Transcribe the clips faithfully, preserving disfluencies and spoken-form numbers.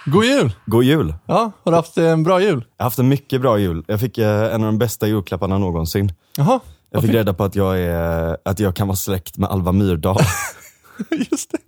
God jul! God jul! Ja, har du haft en bra jul? Jag har haft en mycket bra jul. Jag fick eh, en av de bästa julklapparna någonsin. Jaha. Jag fick okay. reda på att jag, är, att jag kan vara släkt med Alva Myrdal. Just det.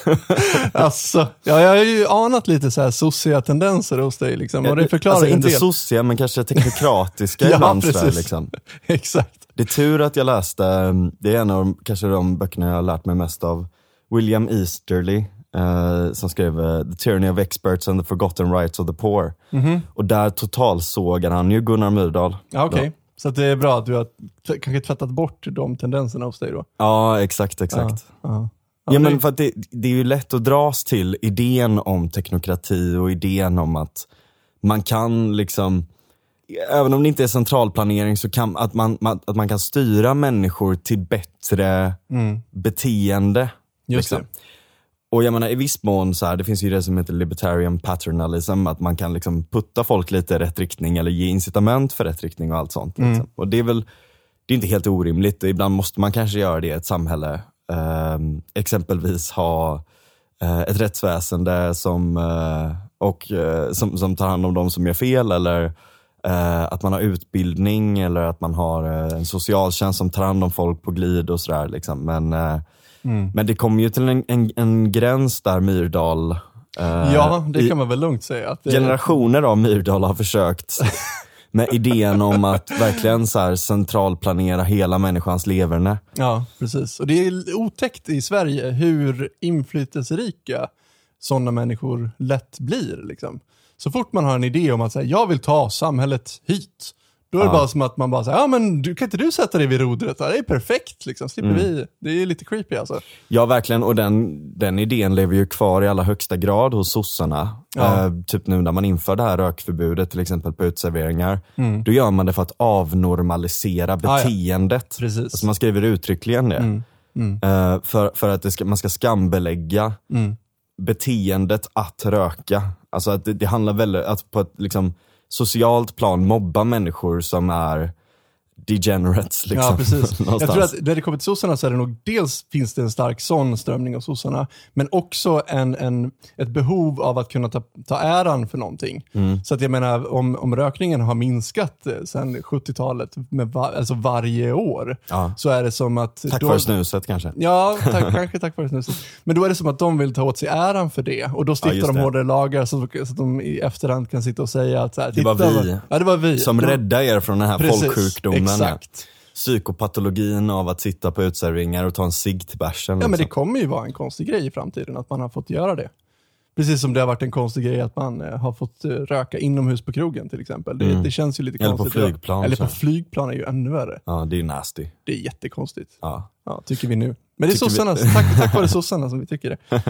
Alltså, ja, jag har ju anat lite så här sossiga tendenser hos dig liksom, och det förklarar alltså, en inte del. sossiga, men kanske teknokratiska ja, ibland. precis. Där, liksom. Exakt. Det är tur att jag läste, det är en av de, kanske de böckerna jag har lärt mig mest av, William Easterly, eh, som skrev uh, The Tyranny of Experts and the Forgotten Rights of the Poor. Mm-hmm. Och där totalsågar han ju Gunnar Myrdal. Ja, okej. Okay. Så att det är bra att du har t- kanske tvättat bort de tendenserna hos dig då. Ja, exakt, exakt. Ja, ja. Ja, ja, men för att det, det är ju lätt att dras till idén om teknokrati och idén om att man kan liksom, även om det inte är centralplanering, så kan att man, man, att man kan styra människor till bättre mm. beteende. Just liksom. Det. Och jag menar, i viss mån så här, det finns ju det som heter libertarian paternalism, att man kan liksom putta folk lite i rätt riktning eller ge incitament för rätt riktning och allt sånt. Mm. Liksom. Och det är väl, det är inte helt orimligt. Ibland måste man kanske göra det i ett samhälle. Uh, exempelvis ha uh, ett rättsväsende som, uh, och, uh, som, som tar hand om de som gör fel, eller uh, att man har utbildning, eller att man har uh, en socialtjänst som tar hand om folk på glid och sådär. Liksom. Men, uh, mm. men det kommer ju till en, en, en gräns där Myrdal... Uh, ja, det kan man väl lugnt säga. Att det... Generationer av Myrdal har försökt... med idén om att verkligen så här centralplanera hela människans leverne. Ja, precis. Och det är otäckt i Sverige hur inflytelserika sådana människor lätt blir. Liksom. Så fort man har en idé om att säga, jag vill ta samhället hit, då är det ja. bara som att man bara säger, ja men du, kan inte du sätta dig vid rodret? Det är perfekt, liksom. Slipper mm. vi. Det är lite creepy alltså. Ja, verkligen. Och den, den idén lever ju kvar i allra högsta grad hos sossarna. Ja. Uh, typ nu när man inför det här rökförbudet till exempel på utserveringar. Mm. Då gör man det för att avnormalisera beteendet. Ah, ja. Precis. Alltså man skriver uttryckligen det. Mm. Mm. Uh, för, för att det ska, man ska skambelägga mm. beteendet att röka. Alltså att det, det handlar väldigt att på ett liksom socialt plan mobba människor som är degenerates liksom. Ja, precis. Jag tror att när det kommer till sossarna så är det nog, dels finns det en stark sån strömning av sossarna, men också en, en, ett behov av att kunna ta, ta äran för någonting. Mm. Så att jag menar, om, om rökningen har minskat sedan sjuttiotalet med va, alltså varje år, ja. så är det som att... Tack då, för snuset kanske. Ja, tack, kanske tack för snuset. Men då är det som att de vill ta åt sig äran för det. Och då stiftar ja, de hårdare lagar så, så att de i efterhand kan sitta och säga att... Så här, det, var vi, ja, det var vi som det var... räddade er från den här Precis, folksjukdomen. Exakt. Psykopatologin av att sitta på utserveringar och ta en cigg till bärsen. Ja, liksom. men det kommer ju vara en konstig grej i framtiden att man har fått göra det. Precis som det har varit en konstig grej att man eh, har fått uh, röka inomhus på krogen till exempel. Det, mm. det känns ju lite Eller konstigt. Eller på flygplan. Eller på flygplan är ju ännu värre. Ja, det är nasty. Det är jättekonstigt. Ja. Ja, tycker vi nu. Men det är sossarna, vi... tack, tack vare sossarna som vi tycker det.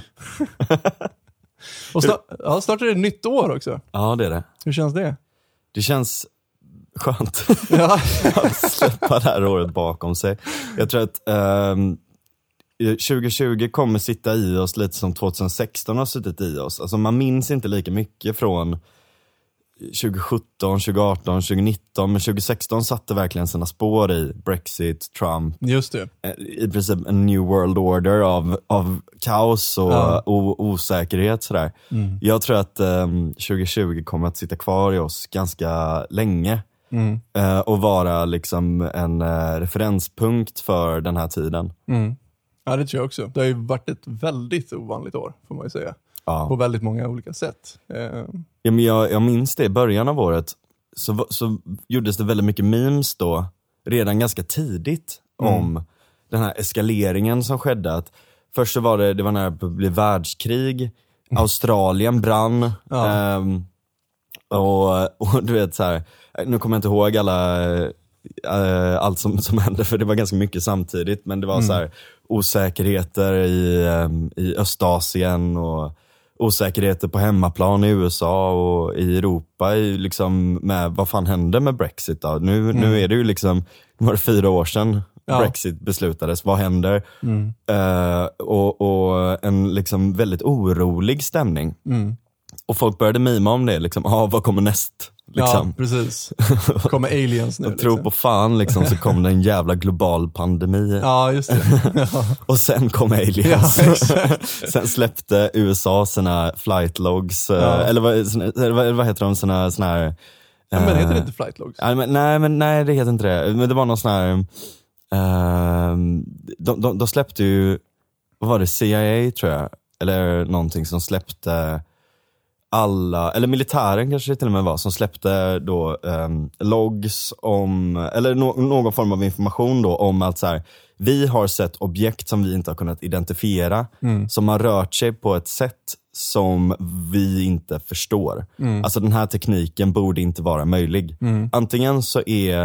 Och snart, ja, snart är det ett nytt år också. Ja, det är det. Hur känns det? Det känns... skönt ja. att släppa det här året bakom sig. Jag tror att um, tjugo tjugo kommer sitta i oss lite som tjugohundrasexton har suttit i oss. Alltså man minns inte lika mycket från tjugosjutton, tjugoarton, tjugonitton, men tjugosexton satte verkligen sina spår i Brexit, Trump. Just det. I princip en new world order av, av kaos och, ja. och osäkerhet sådär. Mm. Jag tror att um, tjugo tjugo kommer att sitta kvar i oss ganska länge. Mm. Uh, och vara liksom en uh, referenspunkt för den här tiden. Mm. Ja, det tror jag också. Det har ju varit ett väldigt ovanligt år, får man ju säga. Ja. På väldigt många olika sätt. Uh. Ja, men jag, jag minns det i början av året så, så gjordes det väldigt mycket memes då, redan ganska tidigt, mm. om den här eskaleringen som skedde. Att först så var det, det var när det blev världskrig, mm. Australien brann, ja. um, och, och du vet så här, nu kommer jag inte ihåg alla äh, allt som, som hände, för det var ganska mycket samtidigt, men det var mm. så här osäkerheter i, um, i Östasien och osäkerheter på hemmaplan i U S A och i Europa i, liksom, med vad fan hände med Brexit då? Nu, mm. nu är det ju liksom, det var fyra år sedan ja. Brexit beslutades, vad händer? Mm. Uh, och, och en liksom väldigt orolig stämning. Mm. Och folk började mima om det, liksom, ah, vad kommer näst? liksom. Ja, precis. Kommer aliens nu. Och liksom. tro på fan liksom, så kom det en jävla global pandemi. Ja, just det. Ja. Och sen kom aliens. Ja, exakt. Sen släppte U S A sina flight logs, Ja. eller vad, eller vad, vad heter de, såna, såna här... Ja, men heter det eh, inte flight logs? nej, men, nej, men nej, det heter inte det. Men det var någon sån här... Uh, de, de, de släppte ju, vad var det, C I A tror jag, eller någonting som släppte alla, eller militären kanske det till och med var, som släppte då um, logs om, eller no, någon form av information då om att så här, vi har sett objekt som vi inte har kunnat identifiera, Mm. som har rört sig på ett sätt som vi inte förstår. Mm. Alltså den här tekniken borde inte vara möjlig. Mm. Antingen så är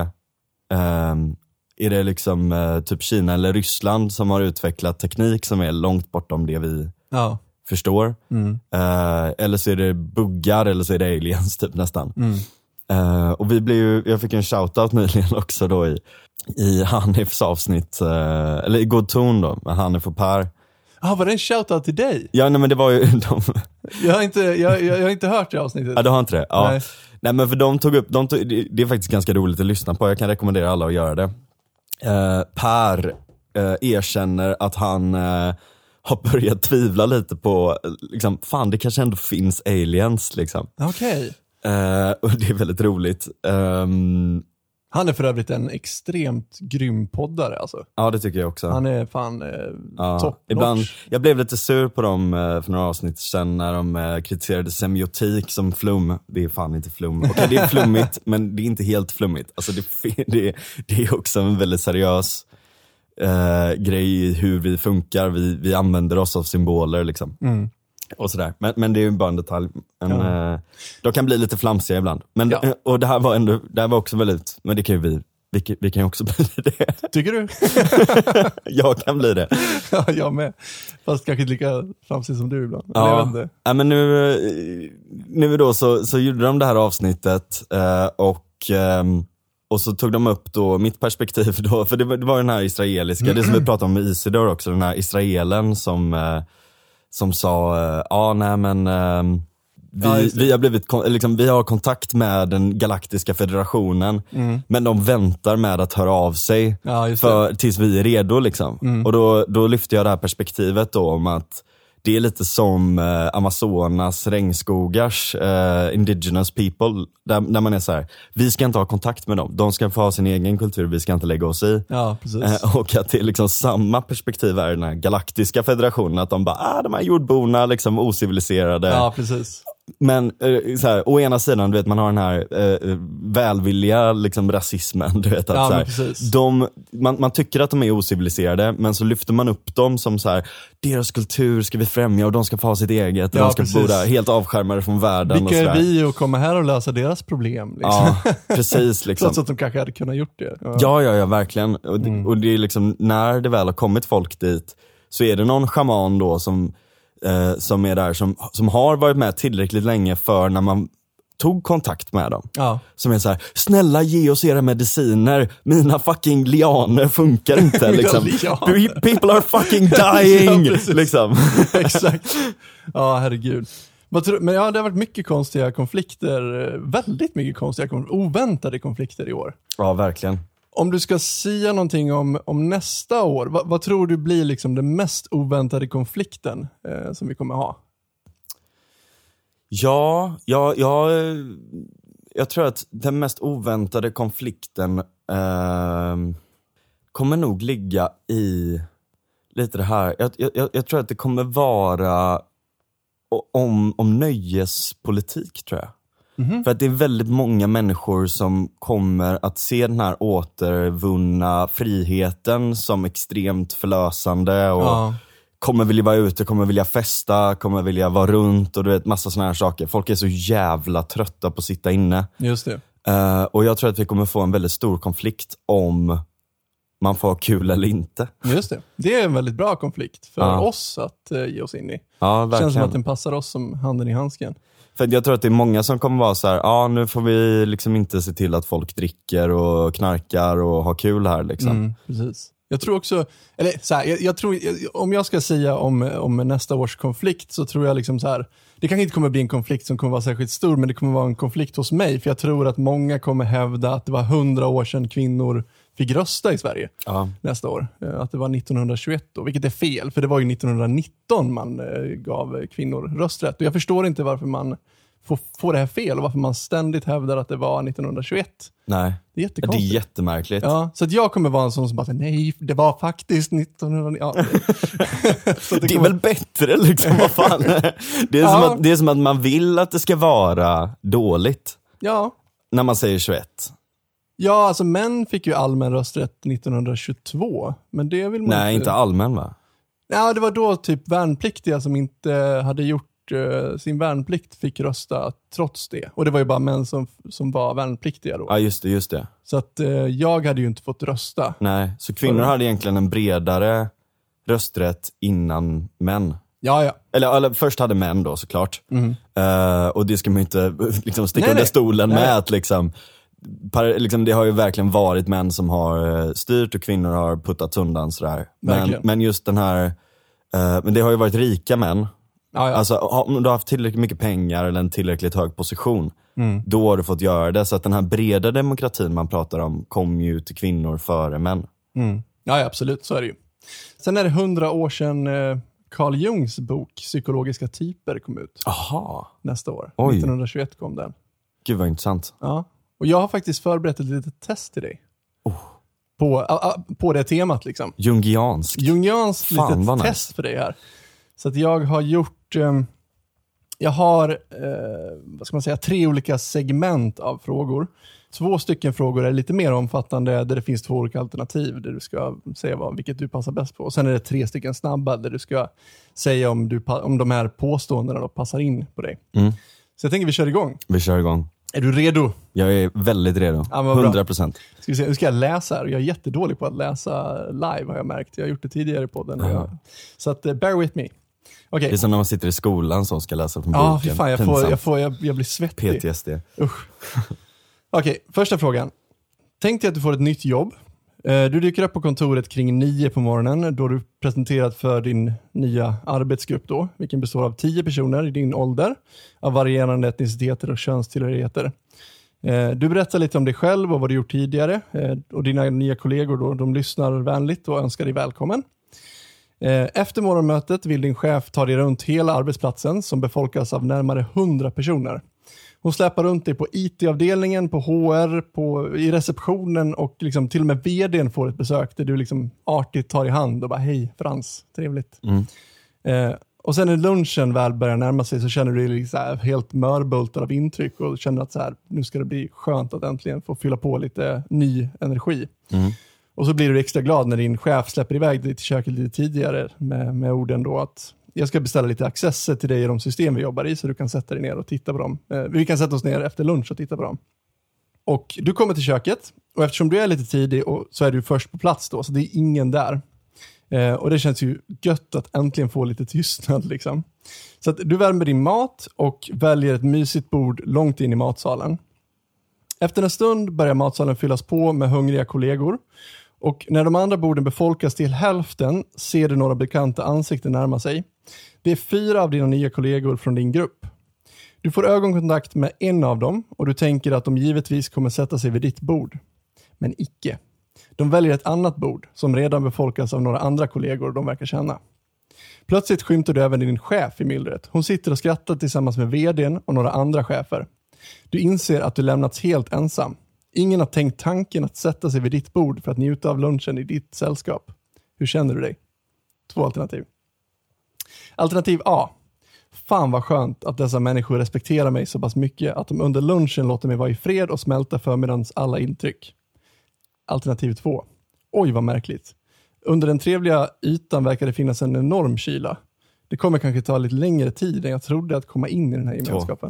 um, är det liksom uh, typ Kina eller Ryssland som har utvecklat teknik som är långt bortom det vi Ja. förstår. Mm. Uh, eller så är det buggar, eller så är det aliens typ nästan. Mm. Uh, och vi blev ju, jag fick en shoutout nyligen också då i, i Hanifs avsnitt, uh, eller i God ton då, med Hanif och Per. Ah, var det en shoutout till dig? Ja, nej men det var ju de... Jag har inte, jag, jag, jag har inte hört det avsnittet. Ja, du har inte det? Ja. Nej. Nej, men för de tog upp, de tog, det, det är faktiskt ganska roligt att lyssna på, jag kan rekommendera alla att göra det. Uh, Per uh, erkänner att han uh, har börjat tvivla lite på, liksom, fan det kanske ändå finns aliens liksom. Okej. Uh, och det är väldigt roligt. Um, Han är för övrigt en extremt grym poddare alltså. ja, det tycker jag också. Han är fan eh, Ja, top ibland, notch. jag blev lite sur på dem eh, för några avsnitt sedan när de eh, kritiserade semiotik som flum. Det är fan inte flum. Okej, det är flummigt, men det är inte helt flummigt. Alltså det, det, det är också en väldigt seriös eh, grej i hur vi funkar. Vi, vi använder oss av symboler liksom. Mm. Och sådär. Men, men det är ju bara en detalj. En, Ja. eh, de kan bli lite flamsiga ibland. Men, Ja. och det här var ändå, det här var också väldigt, men det kan ju vi, vi, vi kan ju också bli det. Tycker du? Jag kan bli det. Ja, jag med. Fast kanske inte lika framsig som du ibland. Ja. Jag vet inte. Ja, men nu, nu då så, så gjorde de det här avsnittet eh, och, eh, och så tog de upp då mitt perspektiv då, för det var, det var den här israeliska, det som vi pratade om med Isidor också, den här israelen som, eh, som sa, ja eh, ah, nej men eh, vi, Ja, just det. vi har blivit, kon- liksom, vi har kontakt med den galaktiska federationen, Mm. men de väntar med att höra av sig Ja, just det. för, tills vi är redo liksom. Mm. Och då, då lyfte jag det här perspektivet då om att det är lite som eh, Amazonas regnskogars eh, indigenous people, där, där man är så här: vi ska inte ha kontakt med dem, de ska få ha sin egen kultur, vi ska inte lägga oss i. Ja, precis. Eh, och att det är liksom samma perspektiv är den här galaktiska federationen, att de bara, ah, de här jordborna liksom ociviliserade. Ja, precis. Men eh, så här, å ena sidan, du vet, man har den här eh, välvilliga liksom, rasismen, du vet, att Ja, så men här, precis. de, man, man tycker att de är ociviliserade, men så lyfter man upp dem som så här: deras kultur ska vi främja och de ska få ha sitt eget och Ja, de ska precis. bo där helt avskärmade från världen. Vilka och så är där. vi att komma här och lösa deras problem? Liksom. Ja, precis liksom. Trots att de kanske hade kunnat gjort det. Ja. Ja, ja, ja, verkligen. Och, det- Mm. och det är liksom, när det väl har kommit folk dit, så är det någon shaman då som, eh, som är där, som, som har varit med tillräckligt länge för när man tog kontakt med dem. Ja. Som är så här: snälla ge oss era mediciner, mina fucking lianer funkar inte liksom. lianer. People are fucking dying! Ja, precis. liksom. Exakt. Ja, herregud. Vad tror- Men ja, det har varit mycket konstiga konflikter, eh, väldigt mycket konstiga, konf- oväntade konflikter i år. Ja, verkligen. Om du ska säga någonting om, om nästa år, vad, vad tror du blir liksom den mest oväntade konflikten eh, som vi kommer ha? Ja, ja, ja, jag tror att den mest oväntade konflikten eh, kommer nog ligga i lite det här. Jag, jag, jag tror att det kommer vara o- om, om nöjespolitik, tror jag. Mhm. För att det är väldigt många människor som kommer att se den här återvunna friheten som extremt förlösande och Ja. kommer vilja vara ute, kommer vilja festa, kommer vilja vara runt och du vet, massa såna här saker. Folk är så jävla trötta på att sitta inne. Just det. Uh, och jag tror att vi kommer få en väldigt stor konflikt om man får ha kul eller inte. Just det. Det är en väldigt bra konflikt för Ja. oss att eh, ge oss in i. Ja, Det känns som verkligen. att den passar oss som handen i handsken. För jag tror att det är många som kommer vara så här: ja ah, nu får vi liksom inte se till att folk dricker och knarkar och har kul här liksom. Mm, precis. Jag tror också, eller så här, jag, jag tror, om jag ska säga om, om nästa års konflikt så tror jag liksom så här, det kanske inte kommer bli en konflikt som kommer vara särskilt stor, men det kommer vara en konflikt hos mig, för jag tror att många kommer hävda att det var hundra år sedan kvinnor fick rösta i Sverige ja. nästa år. Att det var nittonhundratjugoett då, vilket är fel, för det var ju nittonhundranitton man gav kvinnor rösträtt. Och jag förstår inte varför man får, får det här fel och varför man ständigt hävdar att det var nittonhundratjugoett. Nej, det är jättekonstigt. Det är jättemärkligt. Ja, så att jag kommer vara en sån som bara säger, nej, det var faktiskt nittonhundranitton. Ja. Så det, det är väl bättre liksom, vad fan. Det är, ja. som att, det är som att man vill att det ska vara dåligt. Ja. När man säger tjugoett. Ja, alltså män fick ju allmän rösträtt nittonhundratjugotvå. Men det vill man Nej, inte, inte allmän va? Ja, det var då typ värnpliktiga som inte hade gjort uh, sin värnplikt fick rösta trots det. Och det var ju bara män som, som var värnpliktiga då. Ja, just det, just det. Så att uh, jag hade ju inte fått rösta. Nej, så kvinnor hade egentligen en bredare rösträtt innan män. Ja, ja. Eller, eller först hade män då såklart. Mm. Uh, och det ska man ju inte liksom, sticka nej, under nej. stolen nej. med att liksom, par, liksom, det har ju verkligen varit män som har styrt och kvinnor har puttats undan sådär. Men, men just den här, uh, men det har ju varit rika män. Ja, ja. Alltså om du har haft tillräckligt mycket pengar eller en tillräckligt hög position, mm. då har du fått göra det. Så att den här breda demokratin man pratar om kom ju till kvinnor före män. Mm. Ja, ja, absolut, så är det ju. Sen är det hundra år sedan uh, Carl Jungs bok Psykologiska typer kom ut. Aha. Nästa år. Oj. nittonhundratjugoett kom den. Gud vad intressant. Ja. Och jag har faktiskt förberett ett litet test till dig. Oh. På, a, a, på det temat liksom. Jungianskt. Jungianskt litet nice. test för dig här. Så att jag har gjort, um, jag har, uh, vad ska man säga, tre olika segment av frågor. Två stycken frågor är lite mer omfattande där det finns två olika alternativ där du ska säga vad, vilket du passar bäst på. Och sen är det tre stycken snabba där du ska säga om, du, om de här påståendena då passar in på dig. Mm. Så jag tänker vi kör igång. Vi kör igång. Är du redo? Jag är väldigt redo. Ja, hundra procent. Ska vi se, nu ska jag läsa här. Jag är jättedålig på att läsa live har jag märkt. Jag har gjort det tidigare i podden. Uh-huh. Jag... Så att, uh, bear with me. Okay. Det är som när man sitter i skolan som ska läsa från ja, boken. Ja, fan, jag, får, jag, får, jag, jag blir svettig. P T S D. Usch. Okej, okay, första frågan. Tänk dig att du får ett nytt jobb. Du dyker upp på kontoret kring nio på morgonen då du presenterat för din nya arbetsgrupp då, vilken består av tio personer i din ålder av varierande etniciteter och könstillhörigheter. Du berättar lite om dig själv och vad du gjort tidigare och dina nya kollegor då, de lyssnar vänligt och önskar dig välkommen. Efter morgonmötet vill din chef ta dig runt hela arbetsplatsen som befolkas av närmare hundra personer. Hon släpar runt dig på I T-avdelningen, på H R, på, i receptionen och liksom till och med vdn får ett besök där du liksom artigt tar i hand och bara hej Frans, trevligt. Mm. Eh, och sen när lunchen väl börjar närma sig så känner du dig liksom så här helt mörbultad av intryck och känner att så här, nu ska det bli skönt att äntligen få fylla på lite ny energi. Mm. Och så blir du extra glad när din chef släpper iväg dig till köket lite tidigare med, med orden då att jag ska beställa lite accesser till dig i de system vi jobbar i så du kan sätta dig ner och titta på dem. Eh, vi kan sätta oss ner efter lunch och titta på dem. Och du kommer till köket och eftersom du är lite tidig och så är du först på plats då så det är ingen där. Eh, och det känns ju gött att äntligen få lite tystnad liksom. Så att du värmer din mat och väljer ett mysigt bord långt in i matsalen. Efter en stund börjar matsalen fyllas på med hungriga kollegor. Och när de andra borden befolkas till hälften ser du några bekanta ansikten närma sig. Det är fyra av dina nya kollegor från din grupp. Du får ögonkontakt med en av dem och du tänker att de givetvis kommer sätta sig vid ditt bord. Men icke. De väljer ett annat bord som redan befolkas av några andra kollegor de verkar känna. Plötsligt skymtar du även din chef i myllret. Hon sitter och skrattar tillsammans med vdn och några andra chefer. Du inser att du lämnats helt ensam. Ingen har tänkt tanken att sätta sig vid ditt bord för att njuta av lunchen i ditt sällskap. Hur känner du dig? Två alternativ. Alternativ A. Fan vad skönt att dessa människor respekterar mig så pass mycket att de under lunchen låter mig vara i fred och smälta förmiddagens alla intryck. Alternativ två. Oj vad märkligt. Under den trevliga ytan verkar det finnas en enorm kyla. Det kommer kanske ta lite längre tid än jag trodde att komma in i den här gemenskapen.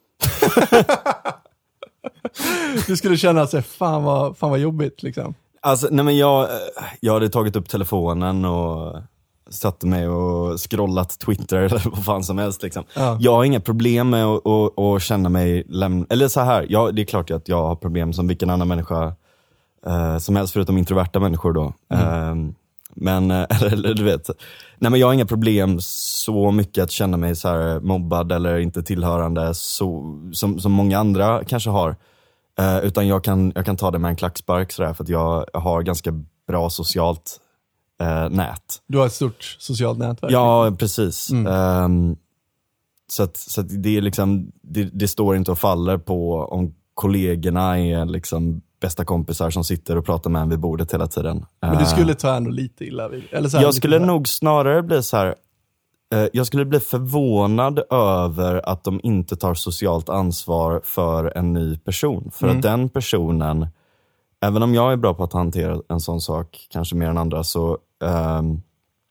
Du skulle känna sig fan vad, fan vad jobbigt liksom. Alltså, nej men jag, jag hade tagit upp telefonen och satt mig och scrollat Twitter eller vad fan som helst liksom. Ja. Jag har inga problem med att, att, att känna mig lämna, eller så här, jag, det är klart att jag har problem som vilken annan människa uh, som helst förutom introverta människor då. Mm. Uh, men, eller, eller du vet, nej men jag har inga problem så mycket att känna mig så här mobbad eller inte tillhörande så, som, som många andra kanske har. Uh, utan jag kan, jag kan ta det med en klackspark sådär, för att jag, jag har ganska bra socialt uh, nät. Du har ett stort socialt nätverk. Ja, precis. Mm. Um, så att, så att det är liksom, det, det står inte och faller på om kollegorna är liksom bästa kompisar som sitter och pratar med en vid bordet hela tiden. Men du skulle ta ändå lite illa vid, eller så här, jag skulle lite nog snarare bli så här. Eh, jag skulle bli förvånad över att de inte tar socialt ansvar för en ny person. För Mm. att den personen, även om jag är bra på att hantera en sån sak, kanske mer än andra, så, ehm,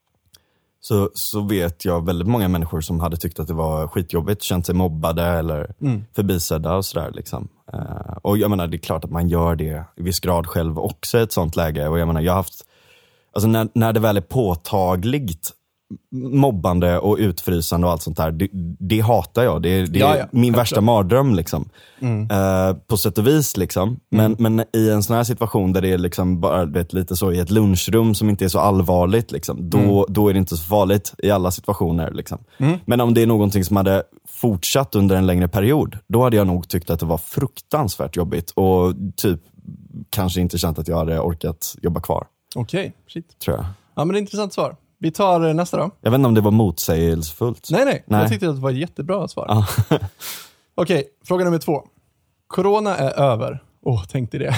så, så vet jag väldigt många människor som hade tyckt att det var skitjobbigt, känt sig mobbade eller Mm. förbisedda och sådär liksom. Uh, och jag menar, det är klart att man gör det i viss grad själv också i ett sånt läge. Och jag menar, jag har haft, alltså när, när det väl är påtagligt mobbande och utfrysande och allt sånt där, det, det hatar jag. Det, det är Ja, ja, min självklart. värsta mardröm liksom. Mm. Uh, på sätt och vis liksom. Men, Mm. men i en sån här situation där det är liksom bara, vet, lite så i ett lunchrum som inte är så allvarligt liksom, då, Mm. då är det inte så farligt i alla situationer liksom. Mm. Men om det är någonting som hade fortsatt under en längre period, då hade jag nog tyckt att det var fruktansvärt jobbigt och typ kanske inte känt att jag hade orkat jobba kvar. Okej, okay. Shit. Tror jag. Ja, men det är ett intressant svar. Vi tar eh, nästa då. Jag vet inte om det var motsägelsefullt. Nej, nej, nej. Jag tyckte att det var ett jättebra svar. Ja. Okej, fråga nummer två. Corona är över. Åh, oh, tänkte det.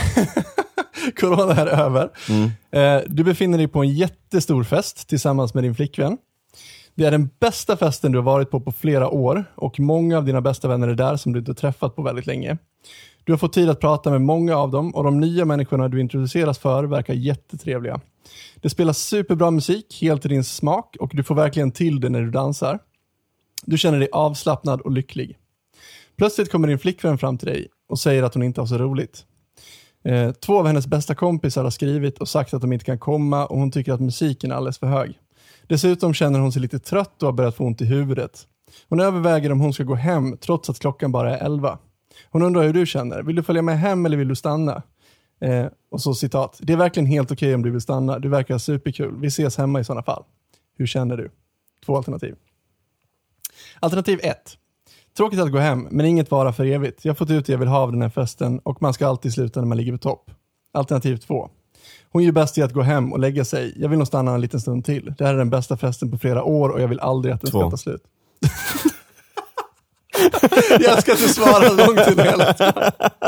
Corona är över. Mm. Eh, du befinner dig på en jättestor fest tillsammans med din flickvän. Det är den bästa festen du har varit på på flera år och många av dina bästa vänner är där som du inte har träffat på väldigt länge. Du har fått tid att prata med många av dem och de nya människorna du introduceras för verkar jättetrevliga. Det spelas superbra musik, helt i din smak, och du får verkligen till det när du dansar. Du känner dig avslappnad och lycklig. Plötsligt kommer din flickvän fram till dig och säger att hon inte har så roligt. Eh, två av hennes bästa kompisar har skrivit och sagt att de inte kan komma och hon tycker att musiken är alldeles för hög. Dessutom känner hon sig lite trött och har börjat få ont i huvudet. Hon överväger om hon ska gå hem trots att klockan bara är elva. Hon undrar hur du känner. Vill du följa med hem eller vill du stanna? Eh, och så citat. Det är verkligen helt okej om du vill stanna. Du verkar superkul. Vi ses hemma i sådana fall. Hur känner du? Två alternativ. Alternativ ett. Tråkigt att gå hem, men inget vara för evigt. Jag har fått ut det jag vill ha av den här festen och man ska alltid sluta när man ligger på topp. Alternativ två. Hon gör bäst i att gå hem och lägga sig. Jag vill nog stanna en liten stund till. Det här är den bästa festen på flera år och jag vill aldrig att den ska ta slut. Jag ska inte svara långt till hela tiden.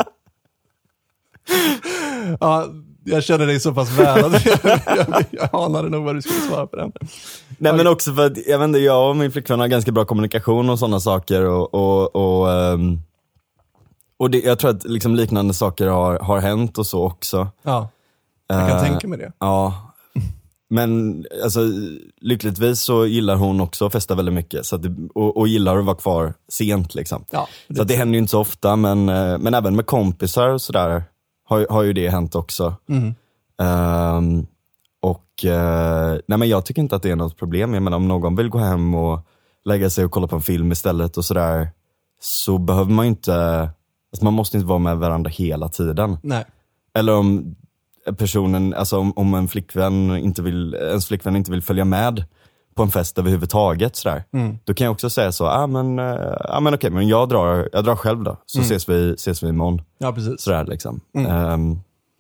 Ja, jag känner dig så pass väl att jag, jag, jag anade nog vad du skulle svara på den. Nej, men också för att jag vet inte, jag och min flickvän har ganska bra kommunikation och sådana saker och, och, och, um, och det, jag tror att liksom liknande saker har, har hänt och så också. Ja, jag kan uh, tänka mig det. Ja, men alltså, lyckligtvis så gillar hon också att festa väldigt mycket så att det, och, och gillar att vara kvar sent liksom. Ja, det så att det händer ju inte så ofta, men, men även med kompisar och sådär har, har ju det hänt också. Mm. Um, och uh, nej, men jag tycker inte att det är något problem. Jag menar, om någon vill gå hem och lägga sig och kolla på en film istället och sådär, så behöver man ju inte, alltså man måste inte vara med varandra hela tiden. Nej. Eller om personen, alltså om, om en flickvän inte vill, ens flickvän inte vill följa med på en fest överhuvudtaget sådär. Mm. Då kan jag också säga så, ah, men, uh, ah, men okej, men jag drar, jag drar själv då. Så mm. ses vi, ses vi imorgon. Ja, precis. Sådär liksom. Mm. Um,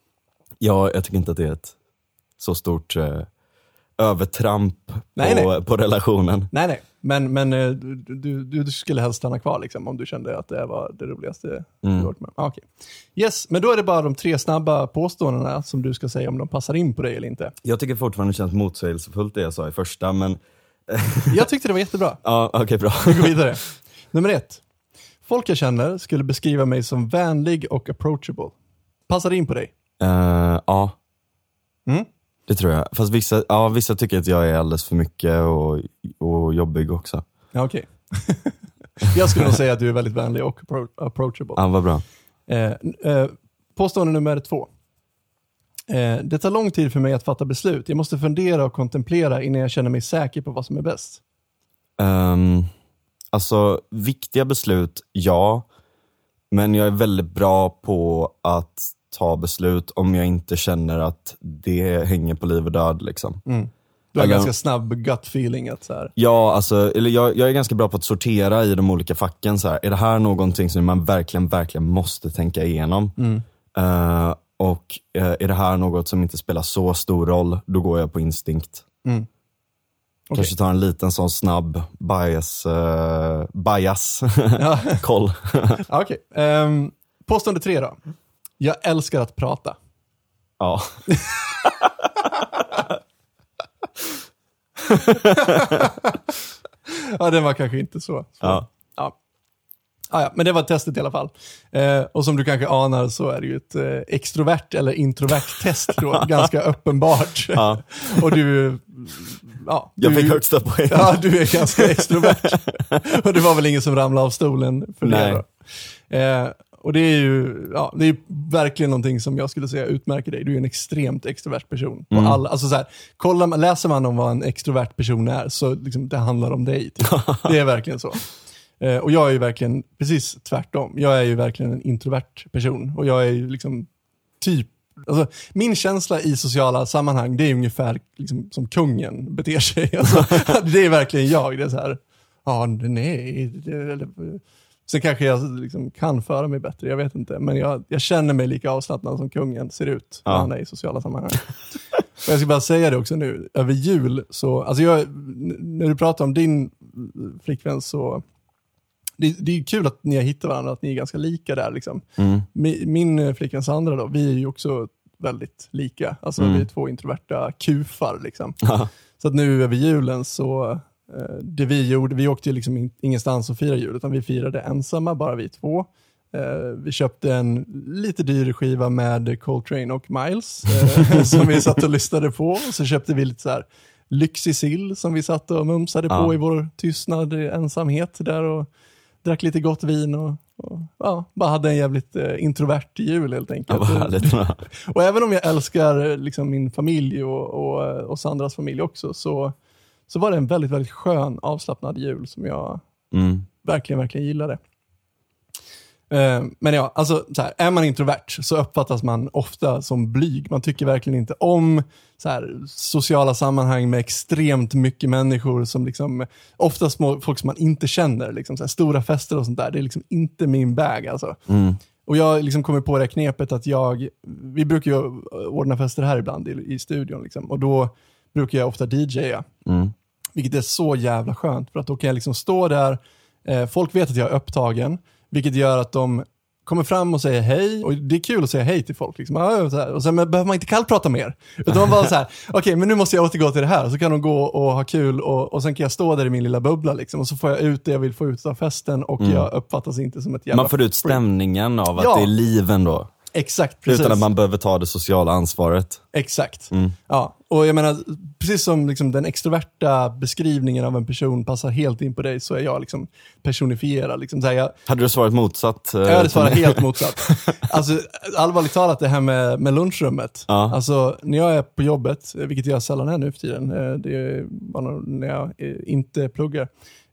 ja, jag tycker inte att det är ett så stort uh, övertramp nej, på, nej. på relationen. Nej, nej. Men, men du, du, du skulle helst stanna kvar liksom, om du kände att det var det roligaste mm. du varit med. Ah, okay. Yes, men då är det bara de tre snabba påståendena som du ska säga om de passar in på dig eller inte. Jag tycker fortfarande det känns motsägelsefullt det jag sa i första, men... Jag tyckte det var jättebra. Ja, okej, okay, bra. Vi går vidare. Nummer ett. Folk jag känner skulle beskriva mig som vänlig och approachable. Passar det in på dig? Uh, ja. Mm? Det tror jag. Fast vissa, ja, vissa tycker att jag är alldeles för mycket och, och jobbig också. Ja, okej. Okay. Jag skulle nog säga att du är väldigt vänlig och appro- approachable. Ja, vad bra. Eh, eh, påstående nummer två. Eh, det tar lång tid för mig att fatta beslut. Jag måste fundera och kontemplera innan jag känner mig säker på vad som är bäst. Um, alltså, viktiga beslut, ja. Men jag är väldigt bra på att ta beslut om jag inte känner att det hänger på liv och död liksom. Mm. Du har Eller, ganska snabb gut feeling att så här. Ja, alltså, eller jag, jag är ganska bra på att sortera i de olika facken. Så här. Är det här någonting som man verkligen, verkligen måste tänka igenom? Mm. Uh, och uh, är det här något som inte spelar så stor roll, då går jag på instinkt. Mm. Okay. Kanske tar en liten sån snabb bias, uh, bias Ja. koll. Okej. Okay. Um, påstående tre då. Jag älskar att prata. Ja. Ja, den var kanske inte så. så. Ja. Ja. Ah, ja, men det var testet i alla fall. Eh, och som du kanske anar så är det ju ett eh, extrovert eller introvert test då, ganska uppenbart. Ja. Och du, ja. Du, Jag fick högsta poäng. Ja, du är ganska extrovert. Och det var väl ingen som ramlade av stolen för Nej. det då. Eh, och det är ju, ja, det är verkligen någonting som jag skulle säga utmärker dig. Du är en extremt extrovert person. Mm. Och alla, alltså så här, kollar man, läser man om vad en extrovert person är så liksom, det handlar om dig. Typ. Det är verkligen så. Eh, och jag är ju verkligen precis tvärtom. Jag är ju verkligen en introvert person. Och jag är ju liksom typ, alltså, min känsla i sociala sammanhang, det är ungefär liksom, som kungen beter sig. Alltså, det är verkligen jag. Det är så här, ja, nej, det, det, sen kanske jag liksom kan föra mig bättre, jag vet inte. Men jag, jag känner mig lika avslappnad som kungen ser ut när ja. han är i sociala sammanhang. Och jag ska bara säga det också nu, över jul så, alltså jag, när du pratar om din flickvän så, det, det är ju kul att ni har hittat varandra, att ni är ganska lika där liksom. Mm. Min, min flickvän Sandra då, vi är ju också väldigt lika. Alltså mm. vi är två introverta kufar liksom. Ja. Så att nu över julen så, det vi gjorde, vi åkte ju liksom in, ingenstans och firade jul, utan vi firade ensamma, bara vi två. Uh, vi köpte en lite dyr skiva med Coltrane och Miles uh, som vi satt och lyssnade på. Och så köpte vi lite så här lyxig sill som vi satt och mumsade ja. på i vår tystnad, ensamhet där, och drack lite gott vin och, och ja, bara hade en jävligt uh, introvert jul helt enkelt. Ja, och även om jag älskar liksom min familj och, och, och Sandras familj också, så så var det en väldigt, väldigt skön avslappnad jul som jag mm. verkligen, verkligen gillade. Uh, men ja, alltså så här, är man introvert så uppfattas man ofta som blyg. Man tycker verkligen inte om så här, sociala sammanhang med extremt mycket människor som liksom, ofta små, folk som man inte känner, liksom, så här, stora fester och sånt där. Det är liksom inte min bag alltså. Mm. Och jag liksom kommer på det knepet att jag, vi brukar ju ordna fester här ibland i, i studion liksom, och då brukar jag ofta D J:a. Mm. Vilket är så jävla skönt. För att då kan jag liksom stå där. Eh, folk vet att jag är upptagen. Vilket gör att de kommer fram och säger hej. Och det är kul att säga hej till folk. Liksom. Och, så här. Och sen behöver man inte kallprata mer. Utan man bara så här, okej, okay, men nu måste jag återgå till det här. Så kan de gå och ha kul. Och, och sen kan jag stå där i min lilla bubbla. Liksom. Och så får jag ut det jag vill få ut av festen. Och mm. jag uppfattas inte som ett jävla... Man får ut stämningen av att ja. det är liv ändå. Exakt, precis. Utan att man behöver ta det sociala ansvaret. Exakt. Mm. Ja, och jag menar, precis som liksom den extroverta beskrivningen av en person passar helt in på dig, så är jag liksom personifierad. Liksom. Så här, jag, hade du svarat motsatt? Jag hade svarat helt motsatt. Alltså, allvarligt talat, det här med, med lunchrummet. Ja. Alltså, när jag är på jobbet, vilket jag sällan är nu för tiden, det är bara när jag inte pluggar.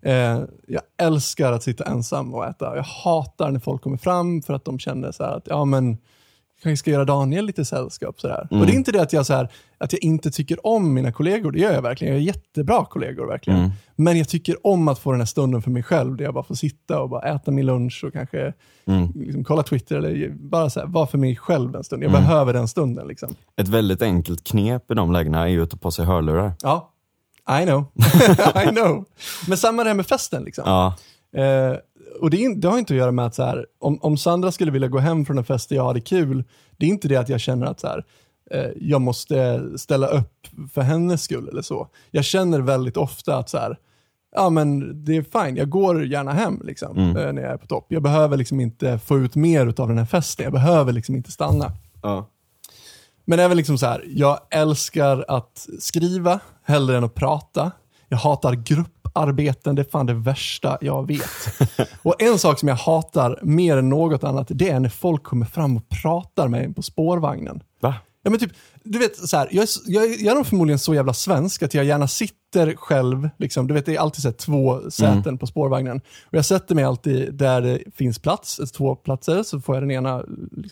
Jag älskar att sitta ensam och äta. Jag hatar när folk kommer fram för att de känner så här att ja, men jag ska göra Daniel lite sällskap så här. Mm. Och det är inte det att jag så här, att jag inte tycker om mina kollegor, det gör jag verkligen. Jag är jättebra kollegor verkligen. Mm. Men jag tycker om att få den här stunden för mig själv där jag bara får sitta och bara äta min lunch och kanske mm. liksom, kolla Twitter eller bara så här, vara för mig själv en stund. Jag mm. behöver den stunden liksom. Ett väldigt enkelt knep i de lägena är ju att ta på sig hörlurar. Ja. I know. I know. Men samma det här med festen liksom. Ja. Eh, och det, är, det har inte att göra med att så här, om, om Sandra skulle vilja gå hem från en fest där jag hade kul, det är inte det att jag känner att så här, eh, jag måste ställa upp för hennes skull eller så. Jag känner väldigt ofta att så här, ja men det är fine, jag går gärna hem liksom, mm. eh, när jag är på topp. Jag behöver liksom inte få ut mer av den här festen. Jag behöver liksom inte stanna. Ja. Men det är väl liksom så här, jag älskar att skriva hellre än att prata. Jag hatar grupparbeten, det är fan det värsta jag vet. Och en sak som jag hatar mer än något annat, det är när folk kommer fram och pratar med mig på spårvagnen. Va? Ja men typ, du vet så här, jag är, jag, är, jag är nog förmodligen så jävla svensk att jag gärna sitter själv, liksom, du vet det är alltid så här, två säten mm. på spårvagnen. Och jag sätter mig alltid där det finns plats, två platser, så får jag den ena liksom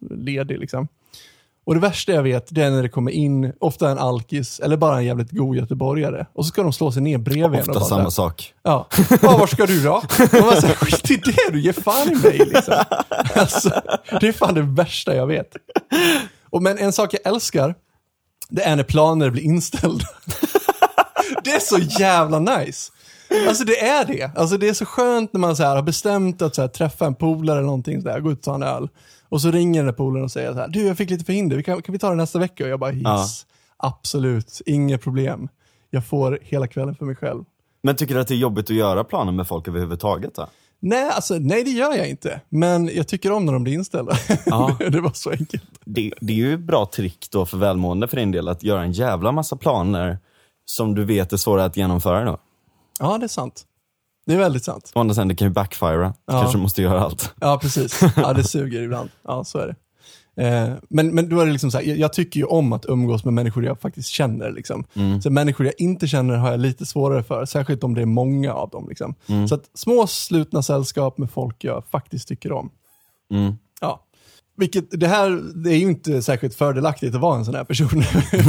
ledig liksom. Och det värsta jag vet, det är när det kommer in ofta en alkis eller bara en jävligt god göteborgare. Och så ska de slå sig ner bredvid. Ofta och bara, samma sak. Ja, ja var ska du då? Och man säger, skit i det, du ger fan i mig liksom. Alltså, det är fan det värsta jag vet. Och men en sak jag älskar, det är när planer blir inställda. Det är så jävla nice. Alltså det är det. Alltså det är så skönt när man så här har bestämt att så här, träffa en polare eller någonting så där, gå ut och ta en öl. Och så ringer den där polaren och säger så här, du jag fick lite förhinder, kan, kan vi ta det nästa vecka? Och jag bara, yes, ja. Absolut, inget problem. Jag får hela kvällen för mig själv. Men tycker du att det är jobbigt att göra planer med folk överhuvudtaget då? Nej, alltså, nej det gör jag inte. Men jag tycker om när de blir inställda. Ja. Det var så enkelt. Det, det är ju ett bra trick då för välmående för din del att göra en jävla massa planer som du vet är svåra att genomföra då. Ja, det är sant. Det är väldigt sant. Och andra sidan, det kan ju backfire. Ja. Kanske måste göra allt. Ja, precis. Ja, det suger ibland. Ja, så är det. Eh, men, men då är det liksom så här, jag, jag tycker ju om att umgås med människor jag faktiskt känner. Liksom. Mm. Så människor jag inte känner har jag lite svårare för. Särskilt om det är många av dem. Liksom. Mm. Så att små slutna sällskap med folk jag faktiskt tycker om. Mm. Ja. Vilket, det här det är ju inte särskilt fördelaktigt att vara en sån här person.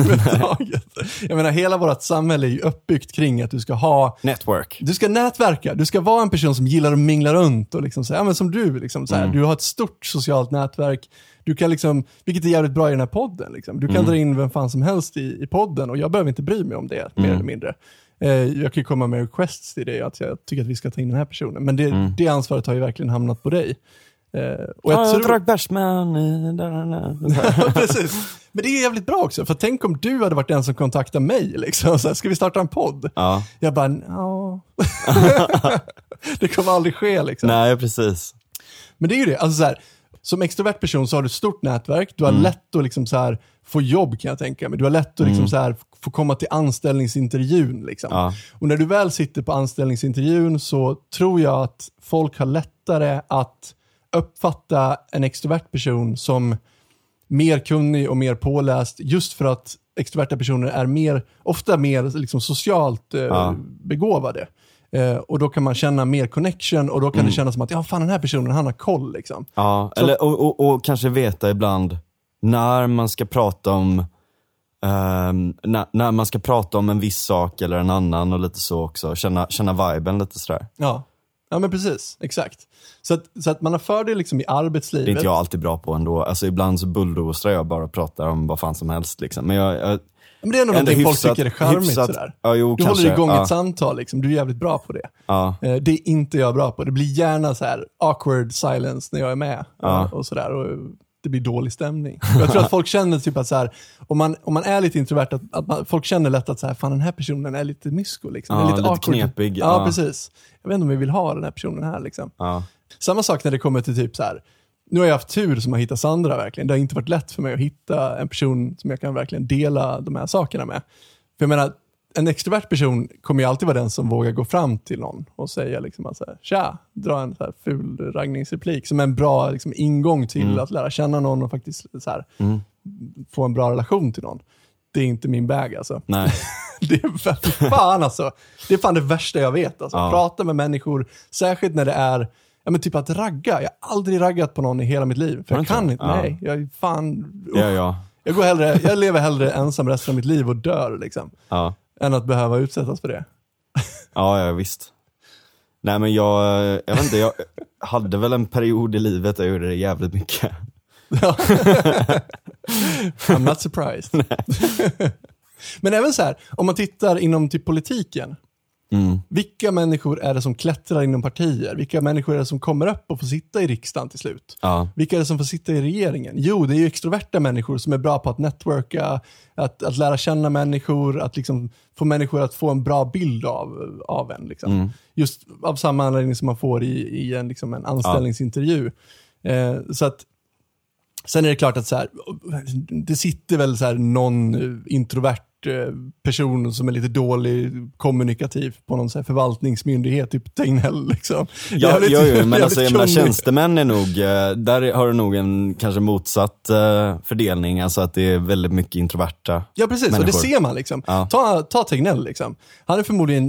Jag menar, hela vårt samhälle är ju uppbyggt kring att du ska ha... Network. Du ska nätverka. Du ska vara en person som gillar att mingla runt och liksom säga, ja men som du, liksom, så här, mm. du har ett stort socialt nätverk. Du kan liksom, vilket är jävligt bra i den här podden. Liksom. Du kan mm. dra in vem fan som helst i, i podden och jag behöver inte bry mig om det, mm. mer eller mindre. Eh, jag kan ju komma med requests till det, att jag tycker att vi ska ta in den här personen. Men det, mm. det ansvaret har ju verkligen hamnat på dig. Uh, och jag, ja, jag tror... drack bärsman. Precis. Men det är jävligt bra också. För tänk om du hade varit den som kontaktade mig. Liksom. Så här, ska vi starta en podd? Ja. Jag bara, ja. Det kommer aldrig ske. Liksom. Nej, precis. Men det är ju det. Alltså, så här, som extrovert person så har du ett stort nätverk. Du har mm. lätt att liksom, så här, få jobb kan jag tänka mig. Du har lätt att liksom, mm. så här, få komma till anställningsintervjun. Liksom. Ja. Och när du väl sitter på anställningsintervjun så tror jag att folk har lättare att uppfatta en extrovert person som mer kunnig och mer påläst just för att extroverta personer är mer, ofta mer liksom socialt eh, ja. begåvade. Eh, och då kan man känna mer connection och då kan mm. det kännas som att ja fan den här personen han har koll liksom. Ja, så, eller, och, och, och kanske veta ibland när man ska prata om um, när, när man ska prata om en viss sak eller en annan och lite så också. Känna, känna viben lite sådär. Ja. Ja men precis, exakt. Så att, så att man har fördel liksom i arbetslivet. Det är inte jag alltid bra på ändå. Alltså ibland så bulldozrar jag bara och pratar om vad fan som helst liksom. Men jag... jag men det är nog någonting folk tycker är charmigt hyfsat, sådär. Ja, jo, du kanske, håller igång ja. ett samtal liksom. Du är jävligt bra på det. Ja. Eh, det är inte jag bra på. Det blir gärna så här awkward silence när jag är med. Ja. Och, och sådär. Och det blir dålig stämning. Och jag tror att folk känner typ att så här, om man, om man är lite introvert, att, att man, folk känner lätt att så här, fan den här personen är lite mysko liksom. Ja, är lite, lite awkward. knepig. Ja, ja, precis. Jag vet inte om vi vill ha den här personen här liksom. Ja. Samma sak när det kommer till typ så här. Nu har jag haft tur som har hittat Sandra verkligen. Det har inte varit lätt för mig att hitta en person som jag kan verkligen dela de här sakerna med. För jag menar, en extrovert person kommer ju alltid vara den som vågar gå fram till någon och säga liksom att så här, tja, dra en så här ful raggningsreplik som är en bra liksom, ingång till mm. att lära känna någon och faktiskt så här, mm. få en bra relation till någon. Det är inte min bag alltså. Nej. Det är fan alltså. Det är fan det värsta jag vet alltså. Ja. Prata med människor, särskilt när det är ja, men typ att ragga. Jag har aldrig raggat på någon i hela mitt liv. För jag kan inte, ja. nej. Jag är fan... Ja, ja. Jag, går hellre, jag lever hellre ensam resten av mitt liv och dör liksom. Ja. Än att behöva utsättas för det. Ja, ja visst. Nej men jag, jag vet inte, jag hade väl en period i livet där jag gjorde det jävligt mycket. Ja. I'm not surprised. Men även så här, om man tittar inom typ politiken. Mm. Vilka människor är det som klättrar inom partier? Vilka människor är det som kommer upp och får sitta i riksdagen till slut? Ja. Vilka är det som får sitta i regeringen? Jo, det är ju extroverta människor som är bra på att networka, att, att lära känna människor, att liksom få människor att få en bra bild av, av en. Liksom. Mm. Just av samma anledning som man får i, i en, liksom en anställningsintervju. Ja. Eh, så att sen är det klart att så här, det sitter väl så här någon introvert person som är lite dålig kommunikativ på någon så här förvaltningsmyndighet, typ Tegnell liksom. Ja, jo, jo, men alltså, jag menar, tjänstemän är nog, där har du nog en kanske motsatt uh, fördelning, alltså att det är väldigt mycket introverta Ja, precis, människor. Och det ser man liksom. Ja. Ta, ta Tegnell liksom. Han är förmodligen jätte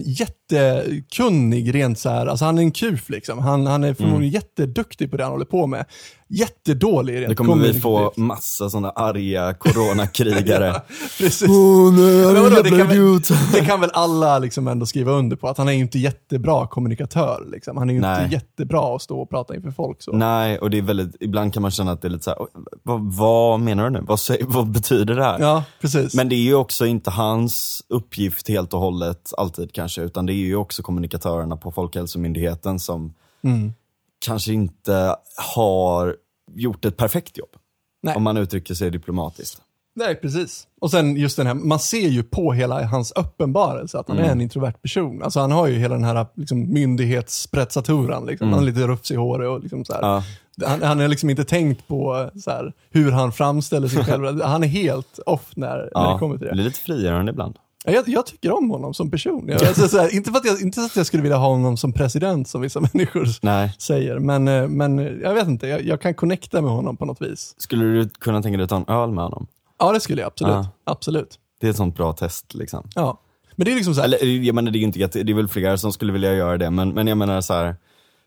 jättekunnig rent så här. Alltså han är en kuf liksom. Han, han är förmodligen mm. jätteduktig på det han håller på med. Jättedålig rent. Nu kommer vi få massa sådana arga coronakrigare. Ja, precis. Oh, nej, men vadå, det, kan väl, det kan väl alla liksom ändå skriva under på. Att han är ju inte jättebra kommunikatör. Liksom. Han är ju nej. inte jättebra att stå och prata inför folk. Så. Nej, och det är väldigt, ibland kan man känna att det är lite så här, vad, vad menar du nu? Vad, vad betyder det här? Ja, precis. Men det är ju också inte hans uppgift helt och hållet alltid kanske, utan det är ju också kommunikatörerna på Folkhälsomyndigheten som mm. kanske inte har gjort ett perfekt jobb. Nej. Om man uttrycker sig diplomatiskt. Nej, precis. Och sen just den här, man ser ju på hela hans uppenbarelse att han mm. är en introvert person. Alltså han har ju hela den här liksom, myndighetspretsaturan. Liksom. Mm. Han har lite rufs i håret och liksom så här. Ja. Han, han har liksom inte tänkt på så här, hur han framställer sig själv. Han är helt off när, ja, när det kommer till det. Det är lite frigörande ibland. Jag, jag tycker om honom som person. Jag, alltså, så här, inte, för att jag, inte så att jag skulle vilja ha honom som president som vissa människor Nej. säger. Men, men jag vet inte, jag, jag kan connecta med honom på något vis. Skulle du kunna tänka dig att ta en öl med honom? Ja, det skulle jag absolut. Ja. absolut. Det är ett sånt bra test liksom. Ja, men det är liksom så här... Eller, jag menar, det är ju inte jätte, det är väl flera som skulle vilja göra det. Men, men jag menar så här,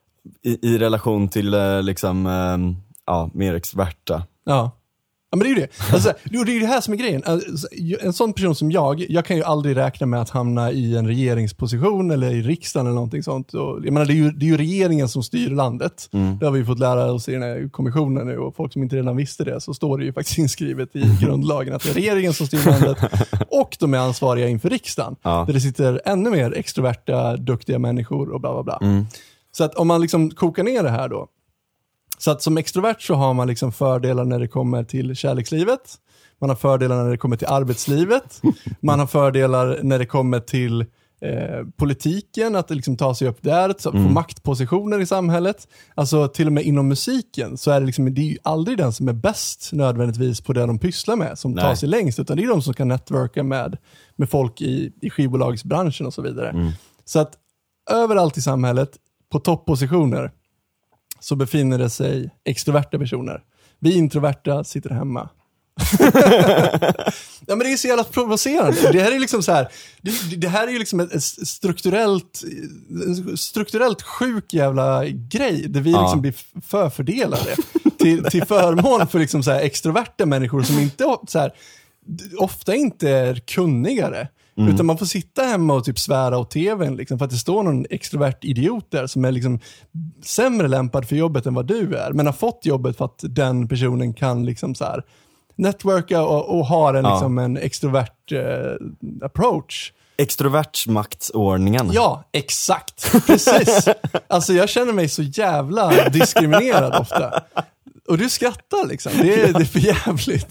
i, i relation till liksom, ja, mer experta. Ja. Ja, men det är ju det. Alltså, det är ju det här som är grejen. Alltså, en sån person som jag, jag kan ju aldrig räkna med att hamna i en regeringsposition eller i riksdagen eller någonting sånt. Och, jag menar, det är, ju, det är ju regeringen som styr landet. Mm. Det har vi fått lära oss i den här kommissionen nu, och folk som inte redan visste det, så står det ju faktiskt inskrivet i grundlagen att det är regeringen som styr landet och de är ansvariga inför riksdagen. Ja. Där det sitter ännu mer extroverta, duktiga människor och bla bla bla. Mm. Så att om man liksom kokar ner det här då, så att som extrovert så har man liksom fördelar när det kommer till kärlekslivet. Man har fördelar när det kommer till arbetslivet. Man har fördelar när det kommer till eh, politiken, att det liksom tar sig upp där, att få mm. maktpositioner i samhället. Alltså till och med inom musiken så är det liksom, det är ju aldrig den som är bäst nödvändigtvis på det de pysslar med som Nej. tar sig längst, utan det är de som kan networka med, med folk i, i skivbolagsbranschen och så vidare. Mm. Så att överallt i samhället, på topppositioner, så befinner det sig extroverta personer. Vi introverta sitter hemma. Ja, men det är så jävla provocerande. Det här är liksom så här, det, det här är ju liksom ett strukturellt strukturellt sjuk jävla grej där vi ja. liksom blir förfördelade till, till förmån för liksom så här extroverta människor som inte så här, ofta inte är kunnigare. Mm. Utan man får sitta hemma och typ svära åt tvn liksom, för att det står någon extrovert idiot där som är liksom sämre lämpad för jobbet än vad du är, men har fått jobbet för att den personen kan liksom så här networka och, och har en, ja. liksom en extrovert eh, approach. Extrovertsmaktsordningen. Ja, exakt. Precis. Alltså jag känner mig så jävla diskriminerad ofta. Och du skrattar liksom. Det är, det är för jävligt.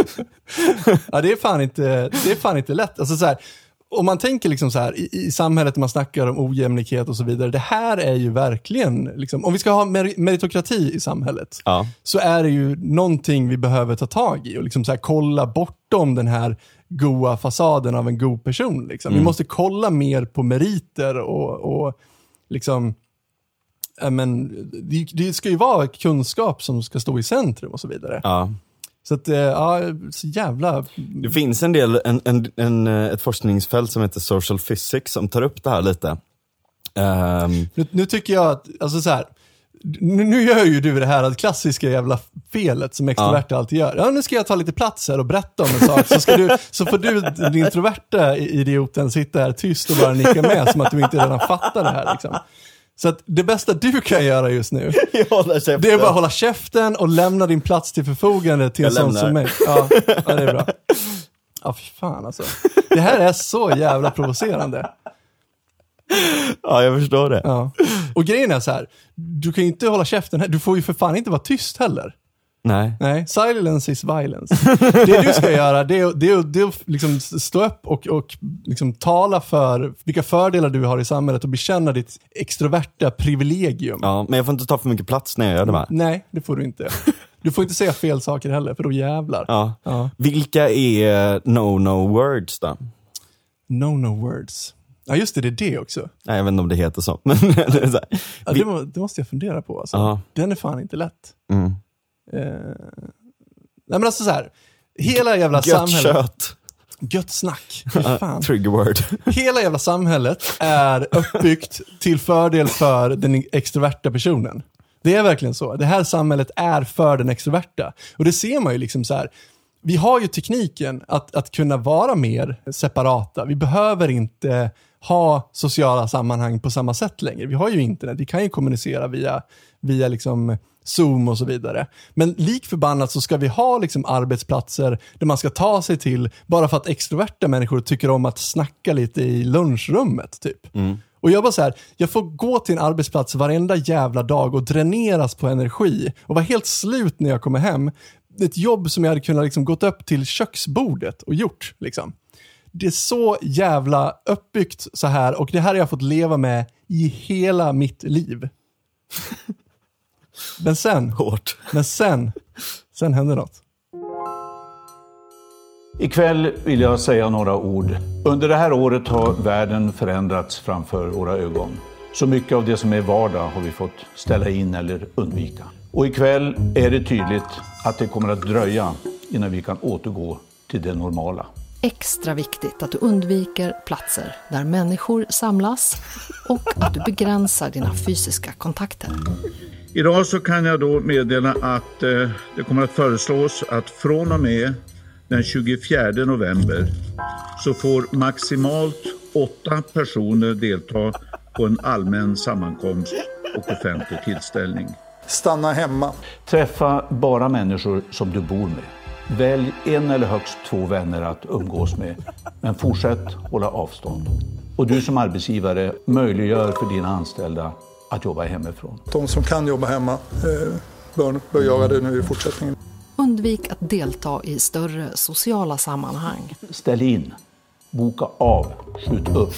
Ja, det är fan inte, det är fan inte lätt. Alltså så här, om man tänker liksom så här, i, i samhället man snackar om ojämlikhet och så vidare. Det här är ju verkligen, liksom, om vi ska ha mer, meritokrati i samhället, ja. så är det ju någonting vi behöver ta tag i. Och liksom så här, kolla bortom den här goa fasaden av en god person. Liksom. Mm. Vi måste kolla mer på meriter och, och liksom... Men det, det ska ju vara kunskap som ska stå i centrum och så vidare. Ja. Så att, ja, så jävla... Det finns en del, en, en, en, ett forskningsfält som heter social physics som tar upp det här lite. Um... Nu, nu tycker jag att, alltså så här, nu, nu gör ju du det här att klassiska jävla felet som extroverta ja. alltid gör. Ja, nu ska jag ta lite plats här och berätta om en sak. Så, ska du, så får du, den introverta idioten, sitta här tyst och bara nicka med som att du inte redan fattar det här liksom. Så att det bästa du kan göra just nu, det är bara att hålla käften och lämna din plats till förfogande till en sån som mig. Ja, ja, det är bra. Ja, fy fan alltså. Det här är så jävla provocerande. Ja, jag förstår det. Ja. Och grejen är så här, du kan ju inte hålla käften här. Du får ju för fan inte vara tyst heller. Nej. Nej, silence is violence. Det du ska göra, det är, det är, det är att liksom stå upp och, och liksom tala för vilka fördelar du har i samhället och bekänna ditt extroverta privilegium. Ja, men jag får inte ta för mycket plats när jag gör det här. Nej, det får du inte. Du får inte säga fel saker heller, för då jävlar. Ja. Ja. Vilka är no-no words då? No-no words. Ja, just det, det är det också. Nej, jag vet inte om det heter så. Men det, är så här. Ja, det, må, det måste jag fundera på. Alltså. Ja. Den är fan inte lätt. Mm. Uh, nej men alltså så här, hela jävla Gött samhället. Kött. Gött snack. Fan. Trigger word. Hela jävla samhället är uppbyggt till fördel för den extroverta personen. Det är verkligen så. Det här samhället är för den extroverta. Och det ser man ju liksom så här. Vi har ju tekniken att, att kunna vara mer separata. Vi behöver inte ha sociala sammanhang på samma sätt längre. Vi har ju internet. Vi kan ju kommunicera via, via liksom Zoom och så vidare. Men lik förbannat så ska vi ha liksom arbetsplatser där man ska ta sig till bara för att extroverta människor tycker om att snacka lite i lunchrummet typ. Mm. Och jag bara så här, jag får gå till en arbetsplats varenda jävla dag och dräneras på energi och vara helt slut när jag kommer hem. Ett jobb som jag hade kunnat liksom gått upp till köksbordet och gjort liksom. Det är så jävla uppbyggt så här och det här har jag fått leva med i hela mitt liv. Men sen, Hårt. men sen, sen hände något. Ikväll vill jag säga några ord. Under det här året har världen förändrats framför våra ögon. Så mycket av det som är vardag har vi fått ställa in eller undvika. Och ikväll är det tydligt att det kommer att dröja innan vi kan återgå till det normala. Extra viktigt att du undviker platser där människor samlas och att du begränsar dina fysiska kontakter. Idag så kan jag då meddela att eh, det kommer att föreslås att från och med den tjugofjärde november så får maximalt åtta personer delta på en allmän sammankomst och offentlig tillställning. Stanna hemma. Träffa bara människor som du bor med. Välj en eller högst två vänner att umgås med, men fortsätt hålla avstånd. Och du som arbetsgivare möjliggör för dina anställda att jobba hemifrån. De som kan jobba hemma eh, bör, bör göra det nu i fortsättningen. Undvik att delta i större sociala sammanhang. Ställ in, boka av, skjut upp.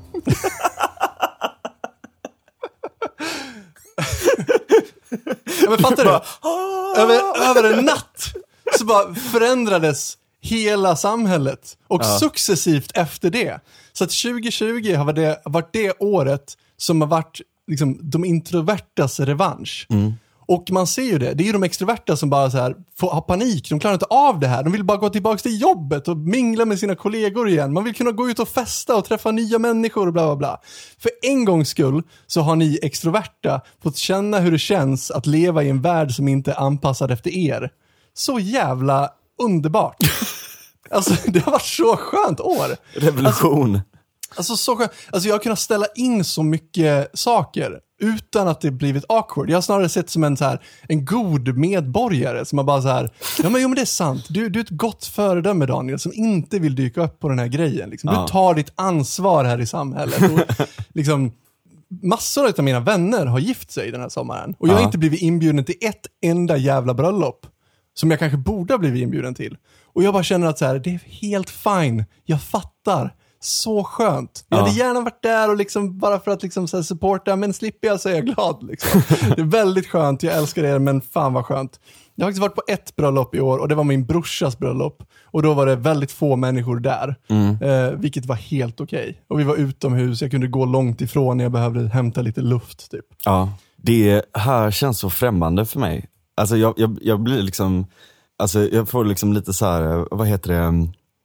Ja, men fattar du? Över, över en natt så bara förändrades hela samhället. Och ja. Successivt efter det. Så att tjugo tjugo har varit det, varit det året som har varit liksom, de introvertas revansch. Mm. Och man ser ju det. Det är ju de extroverta som bara så här får ha panik. De klarar inte av det här. De vill bara gå tillbaka till jobbet och mingla med sina kollegor igen. Man vill kunna gå ut och festa och träffa nya människor och bla bla bla. För en gångs skull så har ni extroverta fått känna hur det känns att leva i en värld som inte är anpassad efter er. Så jävla underbart. Alltså det har varit så skönt år. Revolution. Alltså, alltså så skönt. Alltså jag har kunnat ställa in så mycket saker utan att det blivit awkward. Jag har snarare sett som en så här en god medborgare som har bara så här, ja men, jo, men det är sant. Du, du är ett gott föredöme, Daniel, som inte vill dyka upp på den här grejen. Liksom. Ja. Du tar ditt ansvar här i samhället. Och, liksom, massor av mina vänner har gift sig den här sommaren. Och jag har ja. inte blivit inbjuden till ett enda jävla bröllop som jag kanske borde ha blivit inbjuden till. Och jag bara känner att så här, det är helt fine. Jag fattar. Så skönt. Jag ja. hade gärna varit där och liksom bara för att liksom så här supporta, men slipper jag så är jag glad. Liksom. Det är väldigt skönt, jag älskar er, men fan vad skönt. Jag har faktiskt varit på ett bröllop i år och det var min brorsas bröllop. Och då var det väldigt få människor där. Mm. Eh, vilket var helt okej. Okay. Och vi var utomhus, jag kunde gå långt ifrån när jag behövde hämta lite luft typ. Ja, det här känns så främmande för mig. Alltså jag, jag, jag blir liksom, alltså jag får liksom lite så här, vad heter det?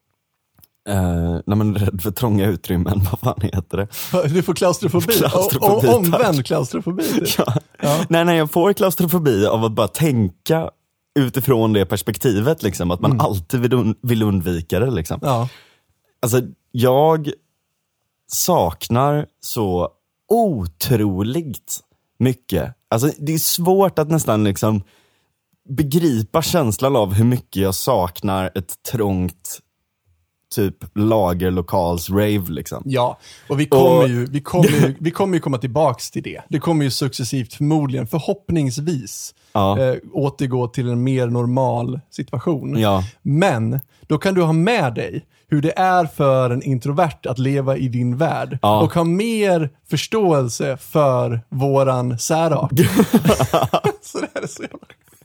Uh, när man är rädd för trånga utrymmen, vad fan heter det? Du får klaustrofobi, klaustrofobi och, och omvänd klaustrofobi typ. ja. Ja. Nej, nej, jag får klaustrofobi av att bara tänka utifrån det perspektivet liksom, att man mm. alltid vill, un- vill undvika det liksom. Ja. Alltså, jag saknar så otroligt mycket. Alltså, det är svårt att nästan liksom begripa känslan av hur mycket jag saknar ett trångt typ lagerlokals rave liksom. Ja, och vi kommer och... ju vi kommer ju, vi kommer ju komma tillbaks till det. Det kommer ju successivt förmodligen förhoppningsvis ja. eh, återgå till en mer normal situation. Ja. Men då kan du ha med dig hur det är för en introvert att leva i din värld ja. och ha mer förståelse för våran särart. Så det här är så jävla...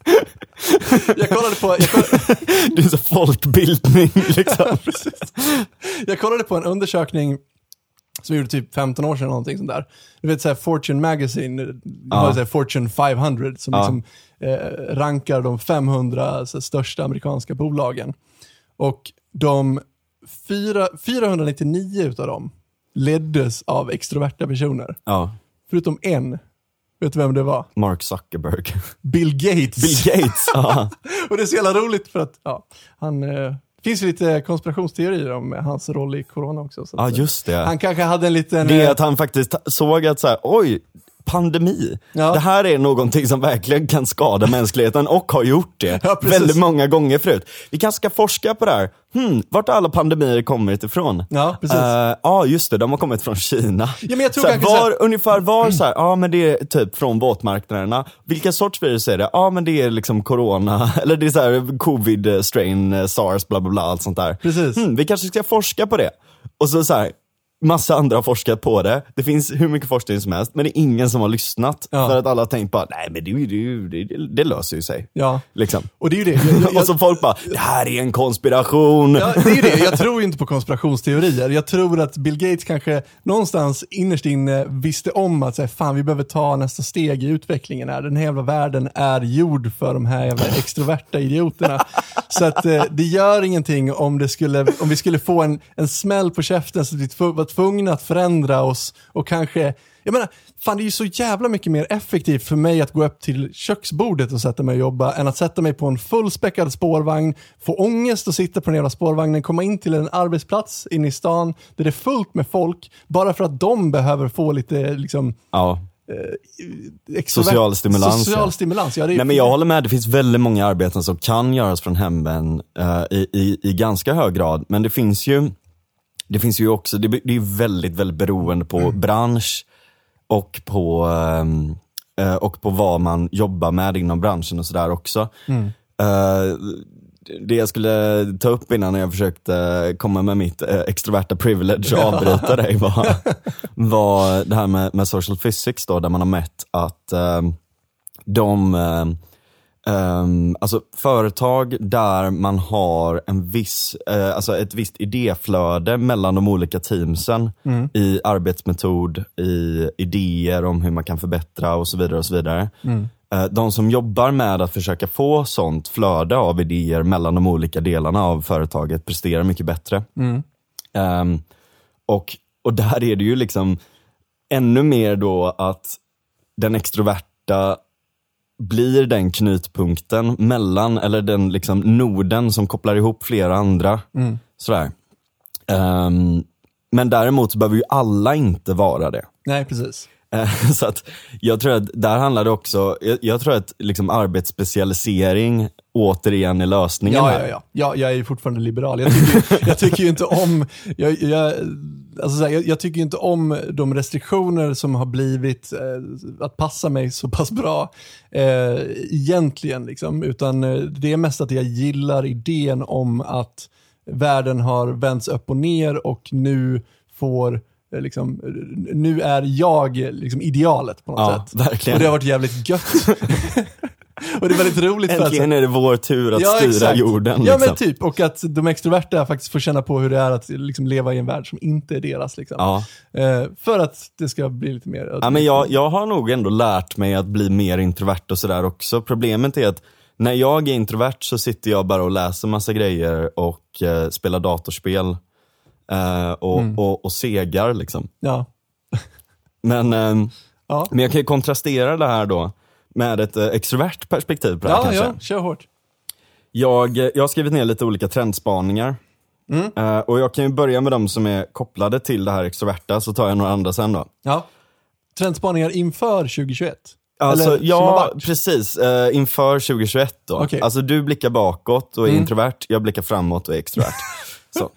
Jag kollade på jag kollade... Det är så folkbildning liksom. Ja, precis. Jag kollade på en undersökning som gjorde typ femton år sedan någonting sånt där. Du vet så här Fortune Magazine, det ja. var så här Fortune femhundra som ja. liksom eh, rankar de femhundra så här, största amerikanska bolagen. Och de fyra, fyrahundranittionio utav dem leddes av extroverta personer. Ja. Förutom en. Vet du vem det var? Mark Zuckerberg. Bill Gates. Bill Gates, ja. Och det är så jävla roligt för att ja, han... Eh, finns ju lite konspirationsteorier om hans roll i corona också. Så Ja, att, just det. Han kanske hade en liten... Det är eh, att han faktiskt såg att så här, oj, pandemi. Ja. Det här är någonting som verkligen kan skada mänskligheten och har gjort det Ja, precis. väldigt många gånger förut. Vi kanske ska forska på det här. Hmm, vart har alla pandemier kommit ifrån? Ja, precis. Ja, uh, ah, just det, de har kommit från Kina. Ja, men jag tror så här, kanske så var, här- ungefär var så här, ja ah, men det är typ från våtmarknaderna. Vilka sorts virus är det? Ja ah, men det är liksom corona, eller det är så här covid, strain, sars, bla bla bla, allt sånt där. Precis. Hmm, vi kanske ska forska på det. Och så så här, massa andra har forskat på det. Det finns hur mycket forskning som helst, men det är ingen som har lyssnat. Ja. För att alla har tänkt på, nej men det, det, det, det löser ju sig. Ja. Liksom. Och det är ju det. Jag, jag, Och så folk bara, det här är en konspiration. Ja, det är ju det. Jag tror ju inte på konspirationsteorier. Jag tror att Bill Gates kanske någonstans innerst inne visste om att så här, fan, vi behöver ta nästa steg i utvecklingen här. Den här jävla världen är gjord för de här jävla extroverta idioterna. Så att eh, det gör ingenting om, det skulle, om vi skulle få en, en smäll på käften så att vi var tvungna att förändra oss och kanske... Jag menar, fan det är ju så jävla mycket mer effektivt för mig att gå upp till köksbordet och sätta mig och jobba än att sätta mig på en fullspäckad spårvagn, få ångest och sitta på den jävla spårvagnen, komma in till en arbetsplats inne i stan där det är fullt med folk bara för att de behöver få lite liksom... Ja. Extrovert, Social stimulans. Social ja. stimulans, ja. Det är Nej men jag håller med, det finns väldigt många arbeten som kan göras från hemmen uh, i, i, i ganska hög grad. Men det finns ju det finns ju också, det, det är väldigt, väldigt beroende på mm. bransch och på, um, uh, och på vad man jobbar med inom branschen och sådär också. Mm. Uh, det jag skulle ta upp innan jag försökte komma med mitt eh, extroverta privilege och avbryta dig var, var det här med, med social physics då, där man har mätt att eh, de eh, eh, alltså företag där man har en viss, eh, alltså ett visst idéflöde mellan de olika teamsen mm. i arbetsmetod, i idéer om hur man kan förbättra och så vidare och så vidare. Mm. De som jobbar med att försöka få sånt flöde av idéer mellan de olika delarna av företaget presterar mycket bättre. Mm. Um, och, och där är det ju liksom ännu mer då att den extroverta blir den knutpunkten mellan, eller den liksom noden som kopplar ihop flera andra. Mm. Sådär. Um, men däremot så behöver ju alla inte vara det. Nej, precis. Så att jag tror att där handlar det också, jag, jag tror att liksom arbetsspecialisering återigen är lösningen ja, här. Ja, ja, ja. Jag är ju fortfarande liberal. Jag tycker, jag tycker ju inte om jag, jag, alltså så här, jag, jag tycker ju inte om de restriktioner som har blivit eh, att passa mig så pass bra eh, egentligen liksom, utan eh, det är mest att jag gillar idén om att världen har vänts upp och ner och nu får liksom, nu är jag liksom idealet på något ja, sätt. Verkligen. Och det har varit jävligt gött. Och det är väldigt roligt. Äntligen för att, är det vår tur att ja, styra exakt. jorden. Ja, liksom. men typ. Och att de extroverta faktiskt får känna på hur det är att liksom leva i en värld som inte är deras. Liksom. Ja. Eh, för att det ska bli lite mer... Ja, men jag, jag har nog ändå lärt mig att bli mer introvert och sådär också. Problemet är att när jag är introvert så sitter jag bara och läser massa grejer och eh, spelar datorspel. Uh, och, mm. och, och segar liksom. Ja. Men, uh, ja. men jag kan ju kontrastera det här då med ett uh, extrovert perspektiv på det här ja, kanske. Ja, kör hårt. Jag, jag har skrivit ner lite olika trendspaningar. Mm. Uh, och jag kan ju börja med de som är kopplade till det här extroverta, så tar jag några andra sen då. Ja. Trendspaningar inför tjugohundratjugoett? Alltså, ja, precis. Uh, inför tjugohundratjugoett då. Okay. Alltså du blickar bakåt och är mm. introvert, jag blickar framåt och är extrovert. Så.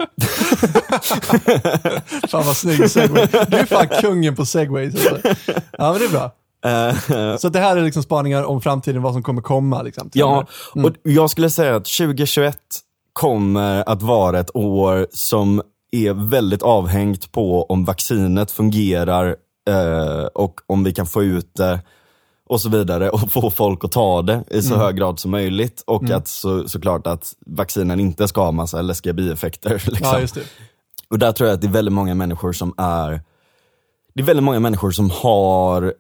Fan vad snygg segway. Du är fan kungen på segways. Alltså. Ja, men det är bra. Uh, så det här är liksom spaningar om framtiden, vad som kommer komma liksom. Ja, mm. och jag skulle säga att tjugohundratjugoett kommer att vara ett år som är väldigt avhängt på om vaccinet fungerar uh, och om vi kan få ut det och så vidare och få folk att ta det i så mm. hög grad som möjligt och mm. att så, såklart att vaccinen inte ska ha massa läskiga bieffekter liksom. Ja, just det. Och där tror jag att det är väldigt många människor som är det är väldigt många människor som har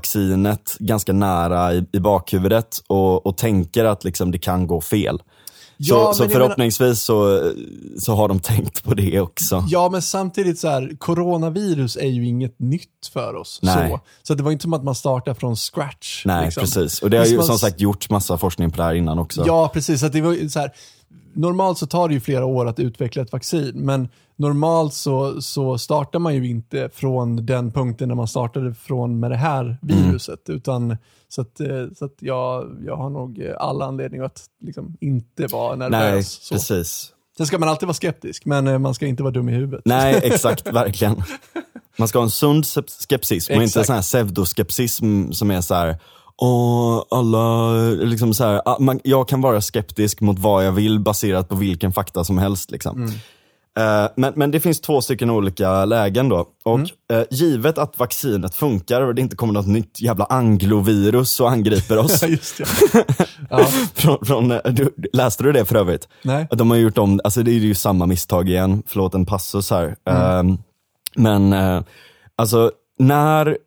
svininfluensvaccinet ganska nära i, i bakhuvudet och, och tänker att liksom det kan gå fel. Ja, så så men förhoppningsvis menar... så, så har de tänkt på det också. Ja, men samtidigt så här, coronavirus är ju inget nytt för oss. Nej. Så, så det var inte som att man startar från scratch. Nej, liksom. precis. Och det har ju man... som sagt gjort massa forskning på det här innan också. Ja, precis. Att det var så här, normalt så tar det ju flera år att utveckla ett vaccin, men normalt så, så startar man ju inte från den punkten när man startade från med det här viruset, mm. utan så att, så att jag, jag har nog alla anledningar att liksom inte vara nervös. Nej, så. precis. Sen ska man alltid vara skeptisk, men man ska inte vara dum i huvudet. Nej, exakt, verkligen. Man ska ha en sund skepsism och inte en sån här pseudoskepsism som är så här. Och alla, liksom så här, man, jag kan vara skeptisk mot vad jag vill baserat på vilken fakta som helst. Liksom. Mm. Uh, men, men det finns två stycken olika lägen då. Och mm. uh, givet att vaccinet funkar och det inte kommer något nytt jävla anglovirus och angriper oss. Just det. Ja. från, från, du, läste du det för övrigt? Nej. De har gjort om, alltså det är ju samma misstag igen. Förlåt en passus här. Mm. Uh, men uh, alltså när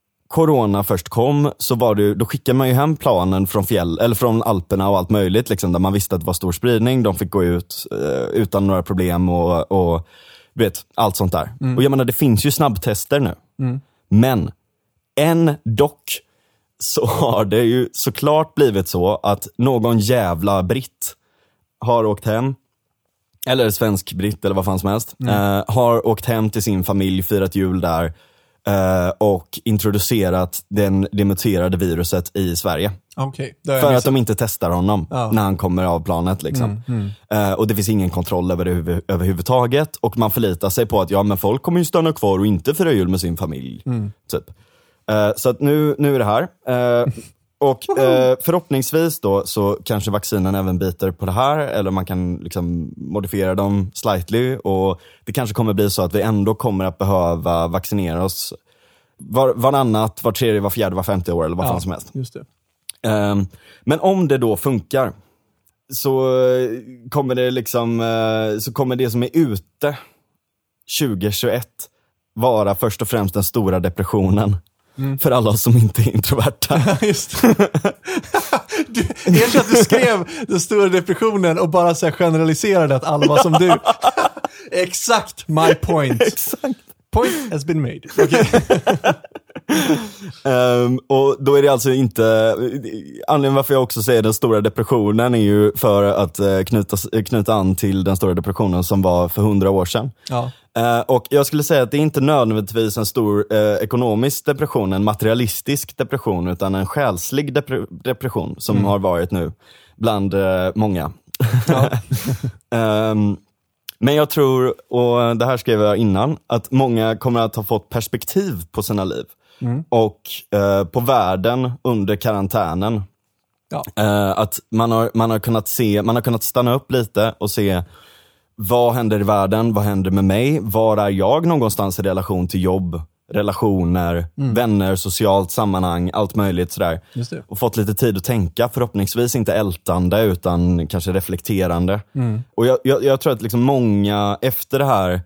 corona först kom så var det, då skickade man ju hem planen från fjäll eller från Alperna och allt möjligt liksom, där man visste att det var stor spridning, de fick gå ut eh, utan några problem och, och du vet, allt sånt där. Mm. Och jag menar, det finns ju snabbtester nu. Mm. Men en dock så har det ju såklart blivit så att någon jävla britt har åkt hem, eller svensk britt eller vad fan som helst, mm. eh, har åkt hem till sin familj, firat jul där Uh, och introducerat den, det muterade viruset i Sverige. Okay, för att de inte testar honom ja. när han kommer av planet. Liksom. Mm, mm. Uh, och det finns ingen kontroll över det över, överhuvudtaget. Och man förlitar sig på att ja, men folk kommer ju stanna kvar och inte fira jul med sin familj. Mm. Typ. Uh, så att nu, nu är det här. Uh, och uh, förhoppningsvis då så kanske vaccinen även biter på det här. Eller man kan liksom modifiera dem slightly. Och det kanske kommer bli så att vi ändå kommer att behöva vaccinera oss var, varannat, var tredje, var fjärde, var femte år eller vad ja, fan som helst. Just det. Um, men om det då funkar så kommer det liksom uh, så kommer det som är ute tjugohundratjugoett vara först och främst den stora depressionen. Mm. För alla som inte är introverta. Just du, erkänn att du skrev den stora depressionen och bara så här generaliserade att alla var som du. Exakt my point. Exakt. Point has been made. Okay. um, och då är det alltså inte, anledningen varför jag också säger den stora depressionen är ju för att uh, knyta, knyta an till den stora depressionen som var för hundra år sedan. Ja. Uh, och jag skulle säga att det är inte nödvändigtvis en stor uh, ekonomisk depression, en materialistisk depression, utan en själslig depre- depression som mm. har varit nu bland uh, många. Ja. um, Men jag tror, och det här skrev jag innan, att många kommer att ha fått perspektiv på sina liv. Mm. Och eh, på världen under karantänen. Ja. Eh, att man har, man har kunnat se, man har kunnat stanna upp lite och se vad händer i världen, vad händer med mig, var är jag någonstans i relation till jobb, relationer, mm. vänner, socialt sammanhang, allt möjligt sådär. Just det. Och fått lite tid att tänka, förhoppningsvis inte ältande utan kanske reflekterande. Mm. Och jag, jag, jag tror att liksom många efter det här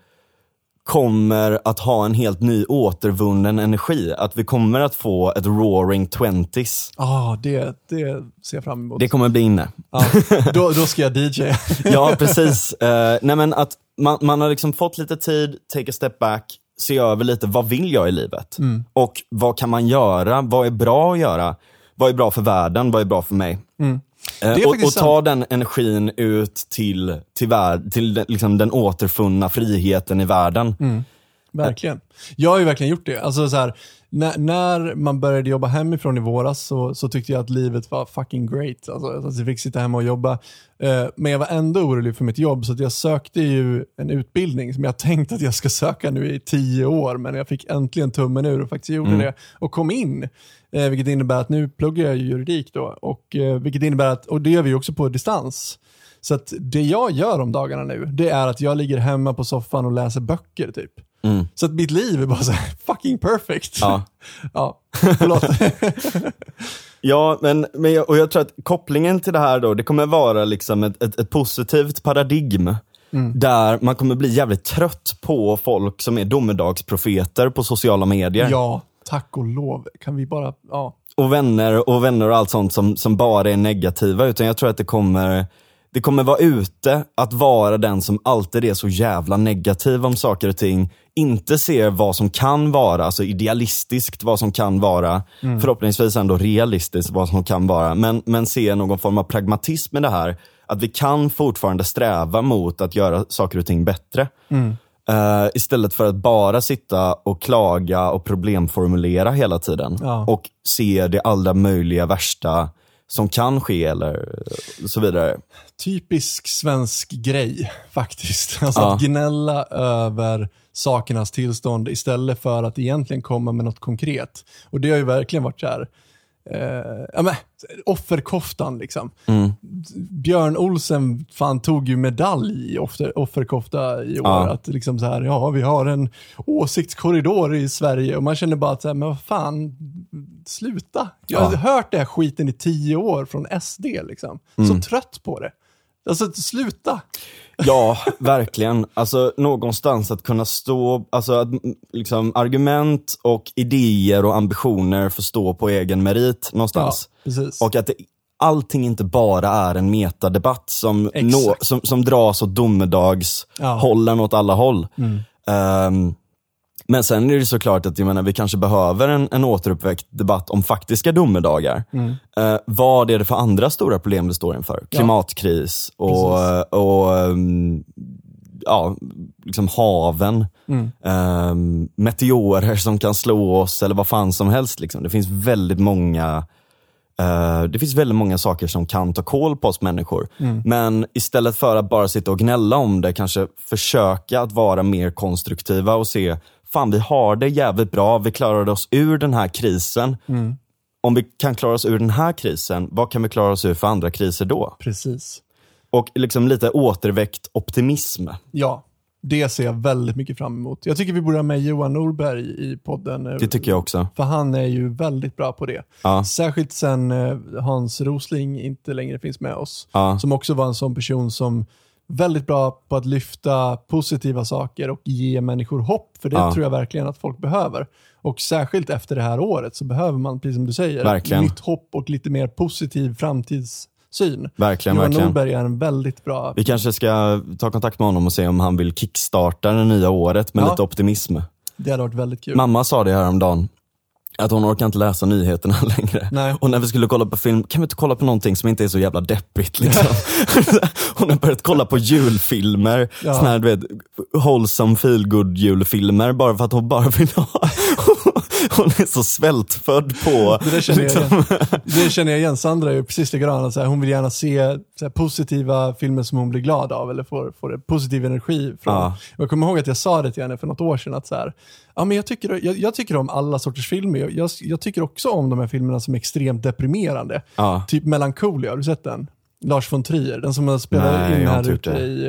kommer att ha en helt ny återvunnen energi. Att vi kommer att få ett roaring twenties. Ja, ah, det, det ser jag fram emot. Det kommer bli inne. Ah, då, då ska jag D J. Ja, precis. Uh, nej men att man, man har liksom fått lite tid, take a step back, se över lite, vad vill jag i livet? Mm. Och vad kan man göra? Vad är bra att göra? Vad är bra för världen? Vad är bra för mig? Mm. Eh, och, och ta den energin ut till, till, värld, till den, liksom den återfunna friheten i världen. Mm. Verkligen. Jag har ju verkligen gjort det. Alltså så här, när, när man började jobba hemifrån i våras så, så tyckte jag att livet var fucking great. Alltså att jag fick sitta hemma och jobba. Uh, men jag var ändå orolig för mitt jobb så att jag sökte ju en utbildning som jag tänkt att jag ska söka nu i tio år. Men jag fick äntligen tummen ur och faktiskt gjorde mm. det och kom in. Uh, vilket innebär att nu pluggar jag ju juridik då. Och uh, vilket innebär att, och det gör vi ju också på distans. Så att det jag gör om dagarna nu, det är att jag ligger hemma på soffan och läser böcker typ. Mm. Så att mitt liv är bara så här fucking perfect. Ja, ja förlåt. Ja, men, men jag, och jag tror att kopplingen till det här då, det kommer vara liksom ett, ett, ett positivt paradigm. Mm. Där man kommer bli jävligt trött på folk som är domedagsprofeter på sociala medier. Ja, tack och lov. Kan vi bara, ja. Och vänner och vänner och allt sånt som, som bara är negativa. Utan jag tror att det kommer... det kommer vara ute att vara den som alltid är så jävla negativ om saker och ting. Inte ser vad som kan vara, alltså idealistiskt vad som kan vara. Mm. Förhoppningsvis ändå realistiskt vad som kan vara. Men, men ser någon form av pragmatism med det här. Att vi kan fortfarande sträva mot att göra saker och ting bättre. Mm. Uh, istället för att bara sitta och klaga och problemformulera hela tiden. Ja. Och se det allra möjliga värsta som kan ske eller så vidare. Typisk svensk grej faktiskt. Alltså ja. Att gnälla över sakernas tillstånd istället för att egentligen komma med något konkret. Och det har ju verkligen varit så här. Uh, ja, men, offerkoftan liksom. Mm. Björn Olsen fan tog ju medalj i offer, offerkofta i år. Ja. Att liksom så här, ja vi har en åsiktskorridor i Sverige och man känner bara att så här, men vad fan, sluta. Jag har ja. hört det här skiten i tio år från S D liksom. Mm. Så trött på det. Alltså sluta. Ja, verkligen. Alltså någonstans att kunna stå, alltså att liksom argument och idéer och ambitioner får stå på egen merit någonstans. Ja, precis. Och att det, allting inte bara är en metadebatt som, nå, som, som dras åt domedags ja. hållen åt alla håll. Mm. Um, men sen är det såklart att jag menar, vi kanske behöver en, en återuppväckt debatt om faktiska domedagar. Mm. Uh, vad är det för andra stora problem vi står inför? Klimatkris och, och um, ja, liksom haven. Mm. Um, meteorer som kan slå oss eller vad fan som helst. Liksom. Det finns väldigt många Uh, det finns väldigt många saker som kan ta koll på oss människor. Mm. Men istället för att bara sitta och gnälla om det, kanske försöka att vara mer konstruktiva och se, fan vi har det jävligt bra, vi klarade oss ur den här krisen. Mm. Om vi kan klara oss ur den här krisen, vad kan vi klara oss ur för andra kriser då? Precis. Och liksom lite återväckt optimism. Ja. Det ser jag väldigt mycket fram emot. Jag tycker vi borde ha med Johan Norberg i podden. Det tycker jag också. För han är ju väldigt bra på det. Ja. Särskilt sen Hans Rosling inte längre finns med oss. Ja. Som också var en sån person som väldigt bra på att lyfta positiva saker och ge människor hopp. För det ja. tror jag verkligen att folk behöver. Och särskilt efter det här året så behöver man, precis som du säger, verkligen. nytt hopp och lite mer positiv framtids syn. Verkligen, Johan verkligen. Norberg är en väldigt bra... Vi kanske ska ta kontakt med honom och se om han vill kickstarta det nya året med ja. lite optimism. Det hade varit väldigt kul. Mamma sa det här om dagen. Att hon orkar inte läsa nyheterna längre. Nej. Och när vi skulle kolla på film, kan vi inte kolla på någonting som inte är så jävla deppigt liksom? Hon har börjat kolla på julfilmer. Ja. Såna här, du vet, wholesome feelgood julfilmer. Bara för att hon bara vill ha... Hon är så svältfödd på... Det, där känner, liksom. jag igen. det känner jag igen. Sandra är ju precis likadant. Hon vill gärna se så här, positiva filmer som hon blir glad av. Eller får, får positiv energi från. Ja. Jag kommer ihåg att jag sa det till henne för något år sedan. Att så här, ja, men jag, tycker, jag, jag tycker om alla sorters filmer. Jag, jag, jag tycker också om de här filmerna som är extremt deprimerande. Ja. Typ Melancholia, har du sett den? Lars von Trier. Den som spelar in här ute i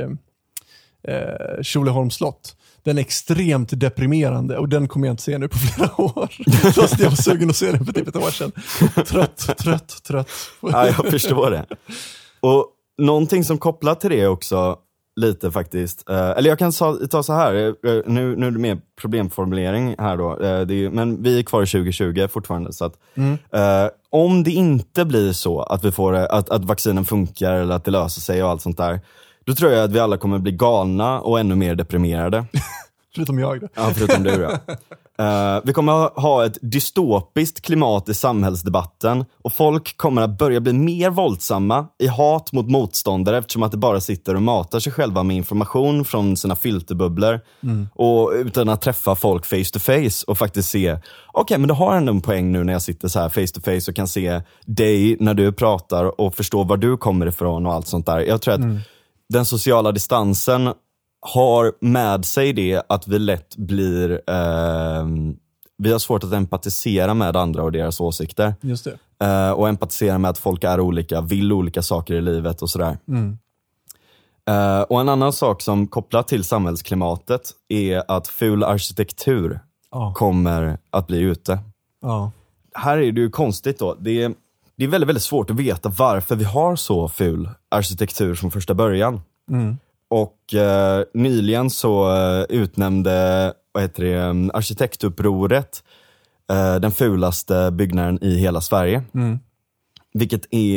eh, Tjolöholms slott. Den är extremt deprimerande och den kommer jag inte se nu på flera år. Fast jag var sugen att se den för typ ett år sedan. Trött, trött, trött. Ja, jag förstår det. Och någonting som kopplat till det också lite faktiskt. Eh, eller jag kan ta, ta så här. Eh, nu, nu är det mer problemformulering här då. Eh, det är, men vi är kvar i tjugo tjugo fortfarande. Så att, mm. eh, om det inte blir så att, vi får, att, att vaccinen funkar eller att det löser sig och allt sånt där. Då tror jag att vi alla kommer bli galna och ännu mer deprimerade. Förutom jag då. Ja, förutom du ja. Uh, vi kommer ha ett dystopiskt klimat i samhällsdebatten. Och folk kommer att börja bli mer våldsamma i hat mot motståndare. Eftersom att det bara sitter och matar sig själva med information från sina filterbubblor. Mm. Och utan att träffa folk face to face. Och faktiskt se, okej okay, men det har ändå en poäng nu när jag sitter så här face to face. Och kan se dig när du pratar och förstå var du kommer ifrån och allt sånt där. Jag tror att mm. den sociala distansen har med sig det att vi lätt blir eh, vi har svårt att empatisera med andra och deras åsikter. Just det. Eh, och empatisera med att folk är olika, vill olika saker i livet och sådär. Mm. Eh, och en annan sak som kopplat till samhällsklimatet är att ful arkitektur oh. kommer att bli ute. Oh. Här är det ju konstigt då. Det är, det är väldigt, väldigt svårt att veta varför vi har så ful arkitektur från första början. Mm. Och eh, nyligen så eh, utnämnde vad heter det, arkitektupproret eh, den fulaste byggnaden i hela Sverige. Mm. Vilket är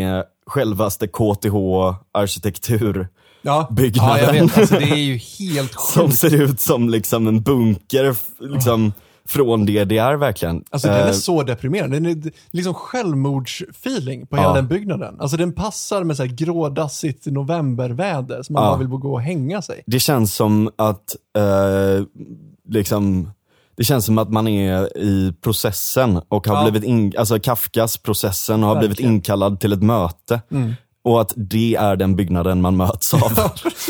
självaste K T H-arkitektur. Ja. Byggnaden. Ja, jag vet. Alltså, det är ju helt sjukt. Som ser ut som liksom en bunker liksom, från D D R verkligen. Alltså den är Eh, så deprimerande. Den är liksom självmordsfeeling på Ja. hela den byggnaden. Alltså den passar med så här grådassigt novemberväder som man Ja. bara vill gå och hänga sig. Det känns som att eh, liksom det känns som att man är i processen och har Ja. blivit in, alltså Kafkas processen och har blivit Verkligen. inkallad till ett möte. Mm. Och att det är den byggnaden man möts av.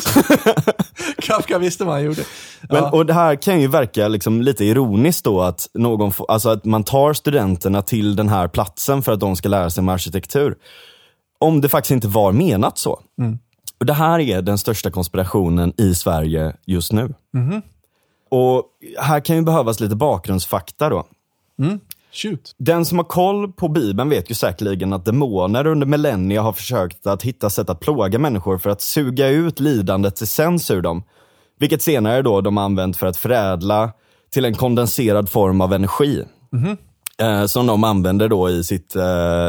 Kafka visste vad han gjorde. Men, Ja. och det här kan ju verka liksom lite ironiskt då att, någon får, alltså att man tar studenterna till den här platsen för att de ska lära sig om arkitektur. Om det faktiskt inte var menat så. Mm. Och det här är den största konspirationen i Sverige just nu. Mhm. Och här kan ju behövas lite bakgrundsfakta då. Mm. Shoot. Den som har koll på Bibeln vet ju säkerligen att demoner under millennier har försökt att hitta sätt att plåga människor för att suga ut lidandets essens ur dem. Vilket senare då de har använt för att förädla till en kondenserad form av energi. Mhm. Eh, som de använder då i sitt, eh,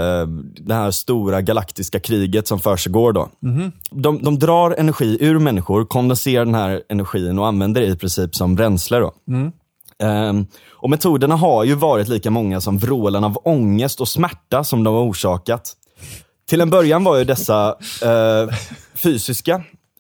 det här stora galaktiska kriget som försiggår då. Mhm. De, de drar energi ur människor, kondenserar den här energin och använder det i princip som bränsle då. Mm. Um, och metoderna har ju varit lika många som vrålen av ångest och smärta som de har orsakat. Till en början var ju dessa uh, fysiska.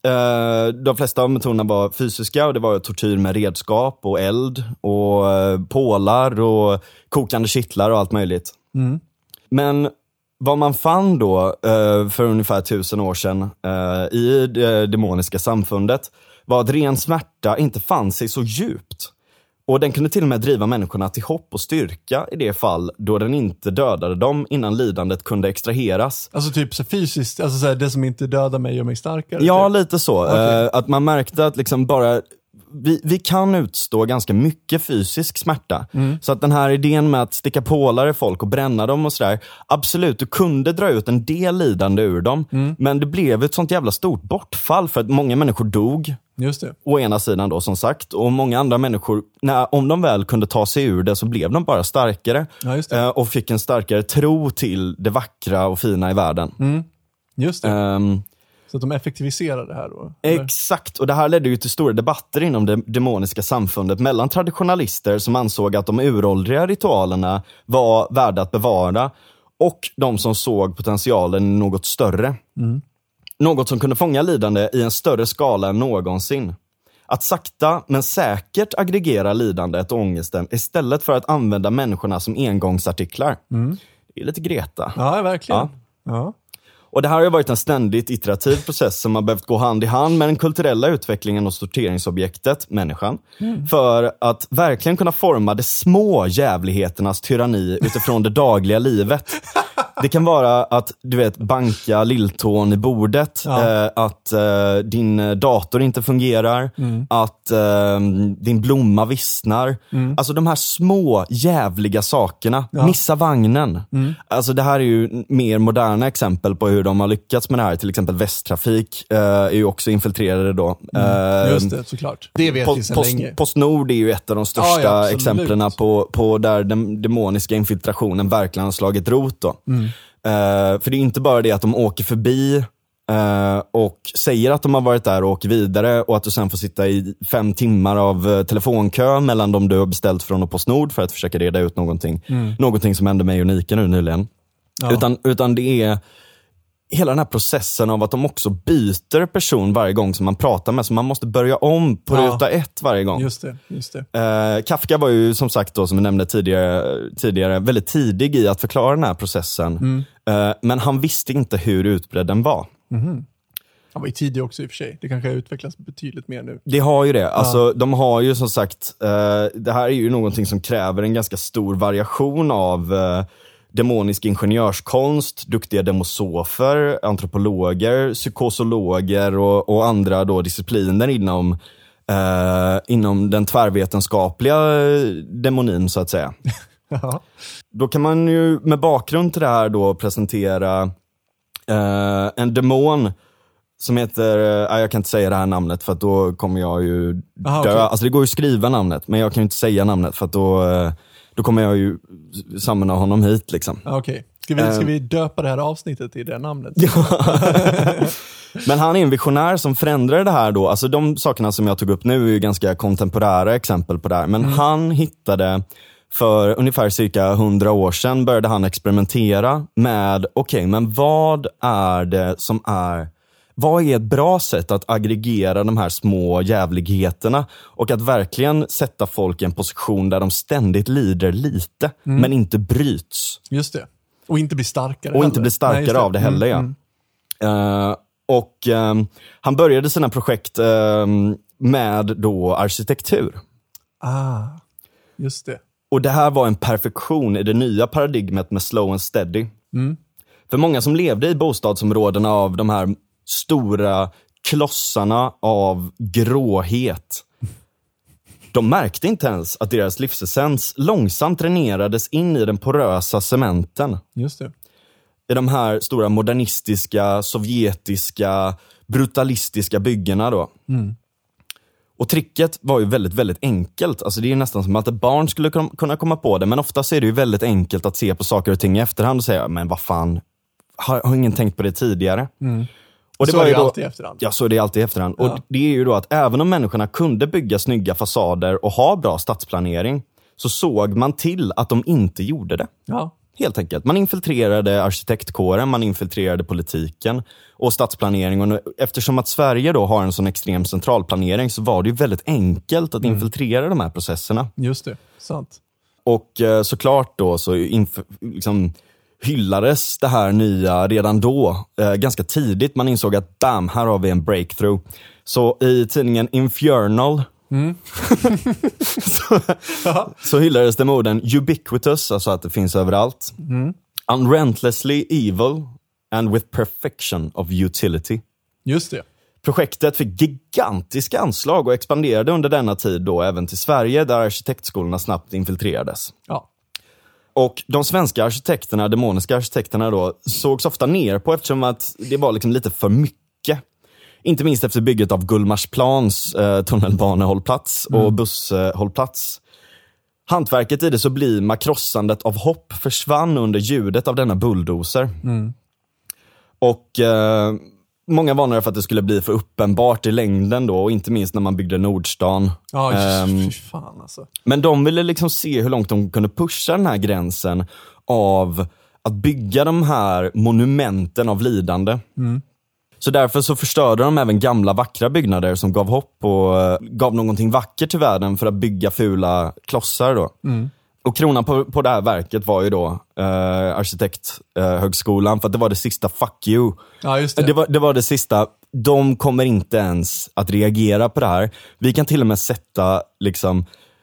Uh, de flesta av metoderna var fysiska och det var ju tortyr med redskap och eld och uh, pålar och kokande kittlar och allt möjligt. Mm. Men vad man fann då uh, för ungefär tusen år sedan uh, i det demoniska samfundet var att ren smärta inte fann sig så djupt. Och den kunde till och med driva människorna till hopp och styrka i det fall då den inte dödade dem innan lidandet kunde extraheras. Alltså typ så fysiskt, alltså så här, det som inte dödar mig gör mig starkare. Ja, typ. lite så. Okej. Eh, att man märkte att liksom bara vi, vi kan utstå ganska mycket fysisk smärta. Mm. Så att den här idén med att sticka pålar i folk och bränna dem och sådär, absolut, du kunde dra ut en del lidande ur dem. Mm. Men det blev ett sånt jävla stort bortfall för att många människor dog. Just det. Å ena sidan då som sagt, och många andra människor, när, om de väl kunde ta sig ur det så blev de bara starkare. Ja, just det. eh, och fick en starkare tro till det vackra och fina i världen. Mm. Just det. Ehm, Så att de effektiviserar det här då? eller? Exakt, och det här ledde ju till stora debatter inom det demoniska samfundet mellan traditionalister som ansåg att de uråldriga ritualerna var värda att bevara och de som såg potentialen i något större. Mm. Något som kunde fånga lidande i en större skala än någonsin. Att sakta men säkert aggregera lidandet och ångesten istället för att använda människorna som engångsartiklar. Mm. Det är lite Greta. Ja, verkligen. Ja. Ja. Och det här har ju varit en ständigt iterativ process som har behövt gå hand i hand med den kulturella utvecklingen och sorteringsobjektet, människan. Mm. För att verkligen kunna forma de små jävligheternas tyranni utifrån det dagliga livet. Det kan vara att, du vet, banka lilltån i bordet, Ja. eh, att eh, din dator inte fungerar, Mm. att eh, din blomma vissnar. Mm. Alltså de här små jävliga sakerna, Ja. missa vagnen. Mm. Alltså det här är ju mer moderna exempel på hur de har lyckats med det här. Till exempel Västtrafik eh, är ju också infiltrerade då. Eh, Just det, såklart. Det vet vi Post, sedan Post, länge. Postnord är ju ett av de största Ja, ja, absolut. exemplen på, på där den demoniska infiltrationen verkligen har slagit rot då. Mm. Eh, för det är inte bara det att de åker förbi eh, och säger att de har varit där och åker vidare och att du sen får sitta i fem timmar av eh, telefonkö mellan de du har beställt från Postnord för att försöka reda ut någonting. Mm. Någonting som hände mig och Nika nu nyligen. Ja. Utan, utan det är hela den här processen av att de också byter person varje gång som man pratar med. Så man måste börja om på Ja. ruta ett varje gång. Just det, just det. Eh, Kafka var ju som sagt då, som jag nämnde tidigare, tidigare väldigt tidig i att förklara den här processen. Mm. Eh, men han visste inte hur utbredd den var. Mhm. Han var ju tidig också i och för sig. Det kanske har utvecklats betydligt mer nu. Det har ju det. Alltså, de har ju som sagt, eh, det här är ju någonting som kräver en ganska stor variation av eh, demonisk ingenjörskonst, duktiga demosofer, antropologer, psykosologer och, och andra då discipliner inom, eh, inom den tvärvetenskapliga demonin så att säga. Ja. Då kan man ju med bakgrund till det här då presentera eh, en demon som heter, eh, jag kan inte säga det här namnet för att då kommer jag ju Aha, dö. okej. Alltså det går ju att skriva namnet men jag kan ju inte säga namnet för att då, eh, då kommer jag ju samla honom hit liksom. Ja, okej. Ska vi, ska vi döpa det här avsnittet i det namnet? Men han är en visionär som förändrar det här då. Alltså de sakerna som jag tog upp nu är ju ganska kontemporära exempel på det här. Men mm. han hittade, för ungefär cirka hundra år sedan började han experimentera med, okej, okay, men vad är det som är, vad är ett bra sätt att aggregera de här små jävligheterna och att verkligen sätta folk i en position där de ständigt lider lite, mm. men inte bryts. Just det. Och inte blir starkare. Och heller. inte blir starkare Nej, av det heller, mm. ja. Uh, och um, han började sina projekt um, med då arkitektur. Ah, just det. Och det här var en perfektion i det nya paradigmet med slow and steady. Mm. För många som levde i bostadsområdena av de här stora klossarna av gråhet, de märkte inte ens att deras livsessens långsamt dränerades in i den porösa cementen. Just det. I de här stora modernistiska, sovjetiska, brutalistiska byggena då. Mm. Och tricket var ju väldigt, väldigt enkelt. Alltså det är nästan som att ett barn skulle kunna komma på det. Men ofta så är det ju väldigt enkelt att se på saker och ting i efterhand och säga, men vad fan, har, har ingen tänkt på det tidigare? Mm. Och det så var är ju det då, alltid i efterhand. Ja, så är det alltid i efterhand. Ja. Och det är ju då att även om människorna kunde bygga snygga fasader och ha bra stadsplanering, så såg man till att de inte gjorde det. Ja. Helt enkelt. Man infiltrerade arkitektkåren, man infiltrerade politiken och stadsplanering. Och eftersom att Sverige då har en sån extrem centralplanering så var det ju väldigt enkelt att mm. infiltrera de här processerna. Just det, sant. Och eh, såklart då så inf- liksom hyllades det här nya redan då, eh, ganska tidigt. Man insåg att bam, här har vi en breakthrough. Så i tidningen Infernal Mm. så, så hyllades det med orden ubiquitous, alltså att det finns överallt. Mm. Unrelentlessly evil and with perfection of utility. Just det. Projektet fick gigantiska anslag och expanderade under denna tid då även till Sverige, där arkitektskolorna snabbt infiltrerades. Ja. Och de svenska arkitekterna, demoniska arkitekterna då, sågs ofta ner på eftersom att det var liksom lite för mycket. Inte minst efter bygget av Gullmarsplans eh, tunnelbanehållplats och mm. busshållplats. Hantverket i det så blir makrossandet av hopp försvann under ljudet av denna bulldozer. Mm. Och eh, många varnade för att det skulle bli för uppenbart i längden då, och inte minst när man byggde Nordstan. Ja, um, fy fan alltså. Men de ville liksom se hur långt de kunde pusha den här gränsen av att bygga de här monumenten av lidande. Mm. Så därför så förstörde de även gamla vackra byggnader som gav hopp och uh, gav någonting vackert till världen för att bygga fula klossar då. Mm. Och kronan på, på det här verket var ju då uh, arkitekthögskolan, uh, för att det var det sista fuck you. Ja, just det. Det var, det var det sista. De kommer inte ens att reagera på det här. Vi kan till och med sätta liksom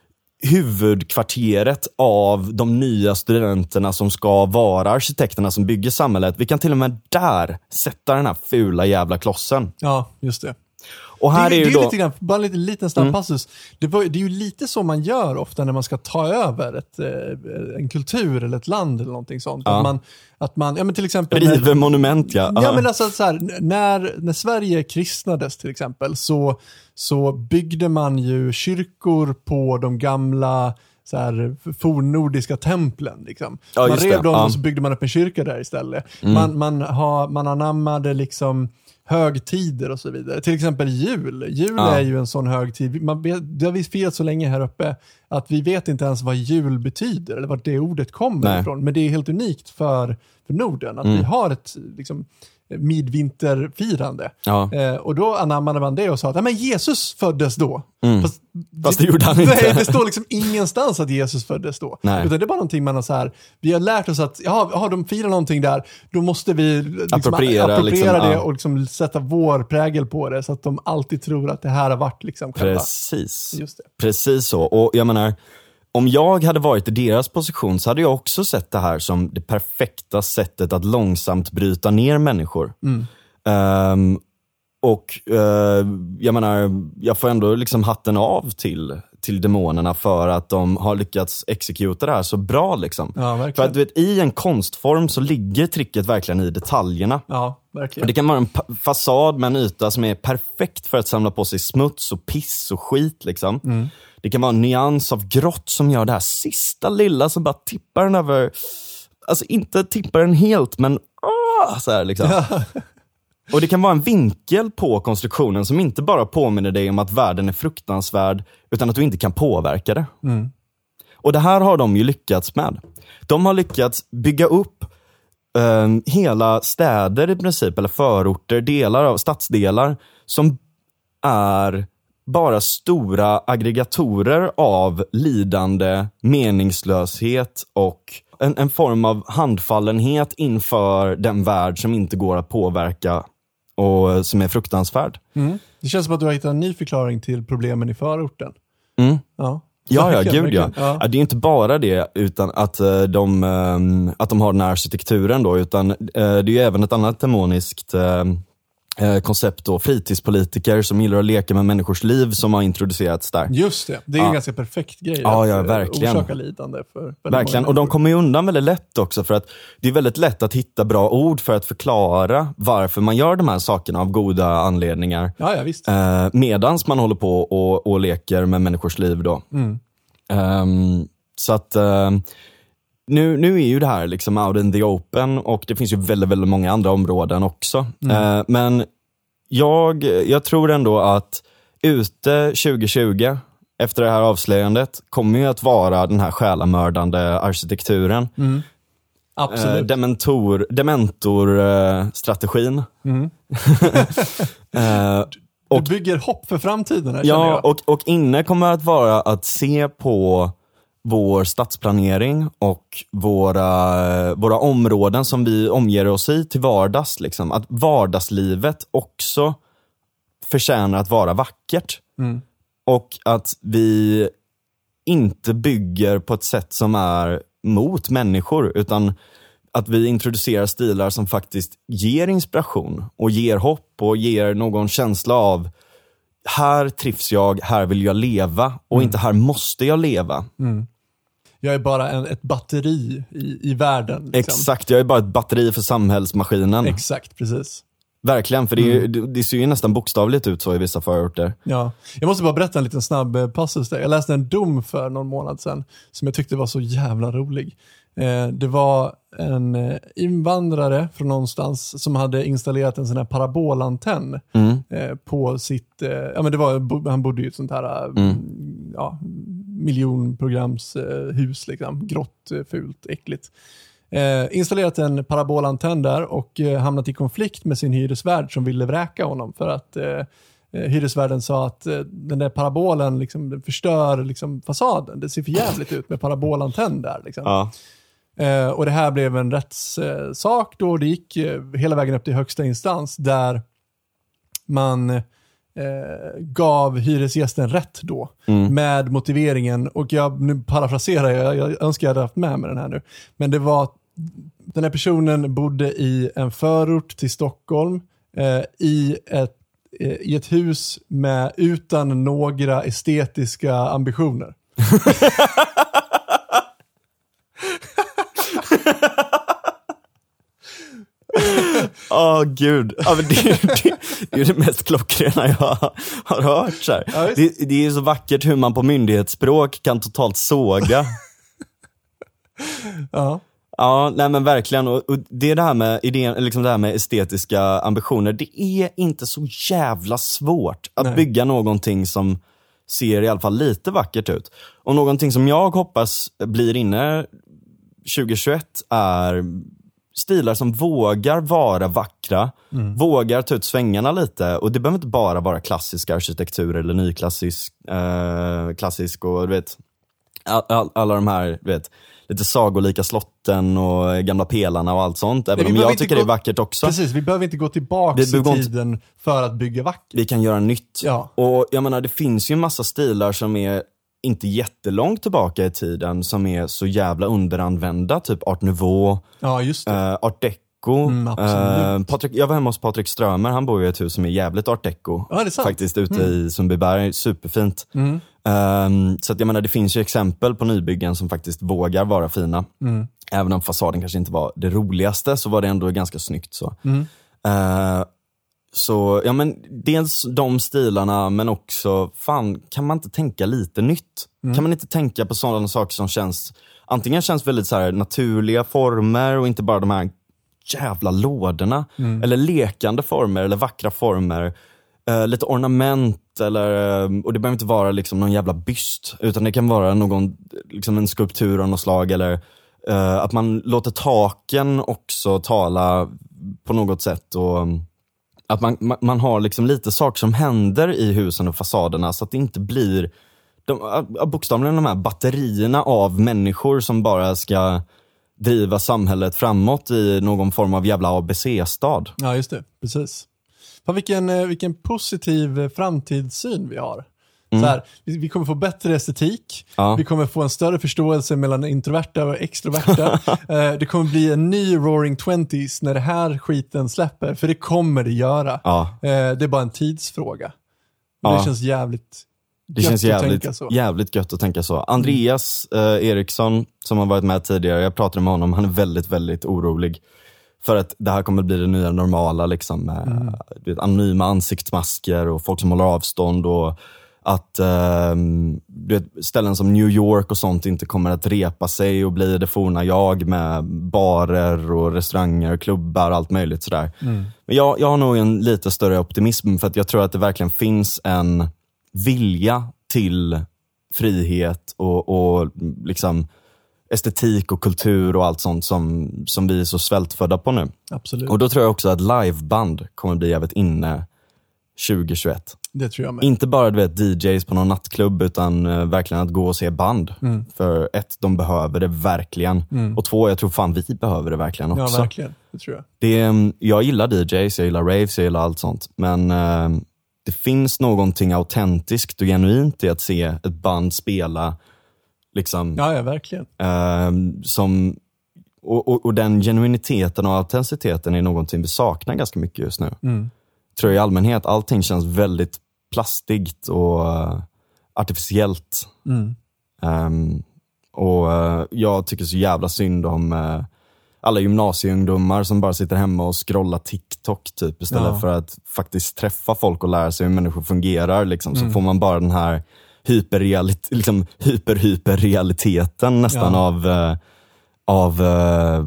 huvudkvarteret av de nya studenterna som ska vara arkitekterna som bygger samhället. Vi kan till och med där sätta den här fula jävla klossen. Ja, just det. Och här det, är ju det är då... lite grann, bara en liten, liten snabb Mm. passus. Det, var, det är ju lite så man gör ofta när man ska ta över ett, en kultur eller ett land eller någonting sånt. Ja. Att man, att man, ja men till exempel... River när, monument, ja. Ja, men alltså så här, när, när Sverige kristnades till exempel så, så byggde man ju kyrkor på de gamla så här fornnordiska templen liksom. Ja, man rev det. dem Ja. och så byggde man upp en kyrka där istället. Mm. Man, man, har, man anammade liksom högtider och så vidare. Till exempel jul. Jul Ja. är ju en sån högtid. Man, det har vi firat så länge här uppe att vi vet inte ens vad jul betyder eller vart det ordet kommer Nej. ifrån. Men det är helt unikt för, för Norden att Mm. vi har ett liksom midvinterfirande. Ja. Eh, och då anammade man det och sa att men Jesus föddes då. Mm. Fast, Fast det gjorde han inte. Nej, det står liksom ingenstans att Jesus föddes då. Nej. Utan det är bara någonting man har så här, vi har lärt oss att ja, har de firar någonting där, då måste vi liksom Appropriera, appropriera liksom, det ja. och liksom sätta vår prägel på det så att de alltid tror att det här har varit liksom själva. Precis. Just det. Precis så. Och jag menar, om jag hade varit i deras position så hade jag också sett det här som det perfekta sättet att långsamt bryta ner människor. Mm. Um, och uh, jag menar, jag får ändå liksom hatten av till, till demonerna för att de har lyckats exekuta det här så bra liksom. Ja, För verkligen. att du vet, i en konstform så ligger tricket verkligen i detaljerna. Ja, Och verkligen. det kan vara en pa- fasad med en yta som är perfekt för att samla på sig smuts och piss och skit liksom. Mm. Det kan vara en nyans av grått som gör det här sista lilla som bara tippar den över alltså inte tippar den helt, men åh, så här liksom. Och det kan vara en vinkel på konstruktionen som inte bara påminner dig om att världen är fruktansvärd, utan att du inte kan påverka det. Mm. Och det här har de ju lyckats med. De har lyckats bygga upp eh, hela städer i princip, eller förorter, delar av stadsdelar som är bara stora aggregatorer av lidande, meningslöshet och en, en form av handfallenhet inför den värld som inte går att påverka och som är fruktansvärd. Mm. Det känns som att du har hittat en ny förklaring till problemen i förorten. Mm. Ja. Ja, ja, Verkligen, gud ja. verkligen. Ja. Ja. Det är inte bara det, utan att de, att de har den här arkitekturen då, utan det är ju även ett annat demoniskt koncept då, fritidspolitiker som gillar att leka med människors liv som har introducerats där. Just det, det är ja. en ganska perfekt grej. Ja, att ja, verkligen. Orsaka lidande för verkligen, och de kommer ju undan väldigt lätt också, för att det är väldigt lätt att hitta bra ord för att förklara varför man gör de här sakerna av goda anledningar. Ja, ja, visst. Eh, medans man håller på och, och leker med människors liv då. Mm. Um, så att uh, nu, nu är ju det här liksom out in the open, och det finns ju väldigt, väldigt många andra områden också. Mm. Uh, men jag, jag tror ändå att ute tjugo tjugo, efter det här avslöjandet, kommer ju att vara den här själamördande arkitekturen. Mm. Absolut. Uh, dementor, dementor-strategin. Mm. uh, Du bygger hopp för framtiden här, ja, och, och inne kommer att vara att se på vår stadsplanering och våra, våra områden som vi omger oss i till vardags. Liksom. Att vardagslivet också förtjänar att vara vackert. Mm. Och att vi inte bygger på ett sätt som är mot människor, utan att vi introducerar stilar som faktiskt ger inspiration och ger hopp och ger någon känsla av här trivs jag, här vill jag leva och mm. inte här måste jag leva. Mm. Jag är bara en, ett batteri i, i världen. Liksom. Exakt, jag är bara ett batteri för samhällsmaskinen. Exakt, precis. Verkligen, för det, är, Mm. det, det ser ju nästan bokstavligt ut så i vissa förorter. Ja, jag måste bara berätta en liten snabb passus där. Jag läste en dom för någon månad sedan som jag tyckte var så jävla rolig. Eh, det var en eh, invandrare från någonstans som hade installerat en sån här parabolantenn Mm. eh, på sitt, eh, ja men det var, bo, han bodde i ett sånt här Mm. ja, miljonprograms eh, hus liksom, grått, eh, fult, äckligt. Eh, installerat en parabolantenn där och eh, hamnat i konflikt med sin hyresvärd som ville vräka honom för att eh, hyresvärden sa att eh, den där parabolen liksom, den förstör liksom, fasaden. Det ser för jävligt ut med parabolantenn där. Liksom. Ja. Eh, och det här blev en rättssak då. Det gick eh, hela vägen upp till högsta instans där man eh, gav hyresgästen rätt då Mm. med motiveringen, och jag nu parafraserar jag, jag önskar jag hade haft med mig den här nu, men det var den här personen bodde i en förort till Stockholm eh, i ett eh, i ett hus med utan några estetiska ambitioner. Åh oh, gud, ja, men det, det, det är det mest klockrena jag har, har hört. Så här. Ja, det, det är så vackert hur man på myndighetsspråk kan totalt såga. Ja. Ja, nej men verkligen. Och, och det är det här med idén, liksom det här med estetiska ambitioner. Det är inte så jävla svårt att nej. bygga någonting som ser i alla fall lite vackert ut. Och någonting som jag hoppas blir inne tjugo tjugoett är stilar som vågar vara vackra, mm. vågar ta ut svängarna lite, och det behöver inte bara vara klassisk arkitektur eller nyklassisk eh, klassisk och du vet all, all, alla de här, du vet, lite sagolika slotten och gamla pelarna och allt sånt, även Nej, om jag tycker gå, det är vackert också. Precis, vi behöver inte gå tillbaka i tiden för att bygga vackert. Vi kan göra nytt. Ja. Och jag menar, det finns ju en massa stilar som är inte jättelångt tillbaka i tiden som är så jävla underanvända, typ art nouveau, ja, just det. Uh, art deco. Mm, uh, Patrik, jag var hemma hos Patrik Strömer, han bor i ett hus som är jävligt art deco. Ja, det är sant. Faktiskt ute mm. i Sundbyberg, superfint. Mm. Um, så att jag menar, det finns ju exempel på nybyggen som faktiskt vågar vara fina. Mm. Även om fasaden kanske inte var det roligaste, så var det ändå ganska snyggt så. Mm. Uh, Så, ja men dels de stilarna, men också, fan, kan man inte tänka lite nytt? Mm. Kan man inte tänka på sådana saker som känns antingen känns väldigt så här naturliga former och inte bara de här jävla lådorna. Mm. Eller lekande former eller vackra former. Uh, lite ornament eller, uh, och det behöver inte vara liksom någon jävla byst, utan det kan vara någon, liksom en skulptur av något slag, eller uh, att man låter taken också tala på något sätt, och um, att man, man, man har liksom lite saker som händer i husen och fasaderna, så att det inte blir de, uh, bokstavligen de här batterierna av människor som bara ska driva samhället framåt i någon form av jävla A B C-stad. Ja, just det, precis. Fan, vilken, vilken positiv framtidssyn vi har. Mm. Så här, vi, vi kommer få bättre estetik. Ja. Vi kommer få en större förståelse mellan introverta och extroverta. eh, det kommer bli en ny Roaring Twenties när det här skiten släpper. För det kommer det göra. Ja. Eh, det är bara en tidsfråga. Och ja. Det känns jävligt Det känns jävligt, jävligt gött att tänka så. Andreas eh, Eriksson, som har varit med tidigare, jag pratade med honom, han är väldigt, väldigt orolig. För att det här kommer bli det nya normala liksom, med mm. du vet, anonyma ansiktsmasker och folk som håller avstånd, och att eh, du vet, ställen som New York och sånt inte kommer att repa sig och bli det forna jag, med barer och restauranger, klubbar och allt möjligt sådär. Mm. Men jag, jag har nog en lite större optimism, för att jag tror att det verkligen finns en vilja till frihet och, och liksom estetik och kultur och allt sånt som, som vi är så svältfödda på nu. Absolut. Och då tror jag också att liveband kommer bli jävligt inne tjugohundratjugoett. Det tror jag med. Inte bara du vet, D Js på någon nattklubb, utan uh, verkligen att gå och se band. Mm. För ett, de behöver det verkligen. Mm. Och två, jag tror fan vi behöver det verkligen också. Ja, verkligen. Det tror jag. Det, um, jag gillar D Js, jag gillar raves, jag gillar allt sånt. Men uh, det finns någonting autentiskt och genuint i att se ett band spela. Liksom, ja, ja, verkligen. Uh, som, och, och, och den genuiniteten och autenticiteten är någonting vi saknar ganska mycket just nu. Mm. Tror jag i allmänhet, allting känns väldigt plastigt och uh, artificiellt. Mm. Um, och uh, jag tycker så jävla synd om uh, alla gymnasieungdomar som bara sitter hemma och scrollar TikTok typ, istället ja. för att faktiskt träffa folk och lära sig hur människor fungerar. Liksom. Så mm. får man bara den här hyperrealit- liksom hyper-hyper-realiteten nästan ja. av, uh, av uh,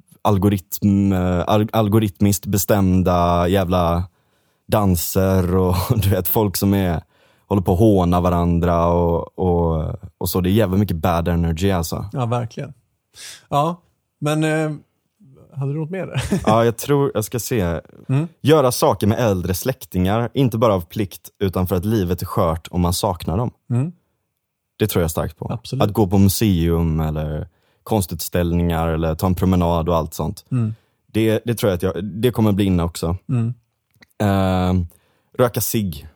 algoritm, uh, al- algoritmiskt bestämda jävla danser och du vet, folk som är håller på att håna varandra och, och, och så. Det är jävligt mycket bad energy alltså. Ja, verkligen. Ja, men eh, hade du något mer där? Ja, jag tror, jag ska se. Mm. Göra saker med äldre släktingar, inte bara av plikt, utan för att livet är skört om man saknar dem. Mm. Det tror jag starkt på. Absolut. Att gå på museum eller konstutställningar eller ta en promenad och allt sånt. Mm. Det, det tror jag att jag, det kommer bli inne också. Mm. Uh, röka cigg.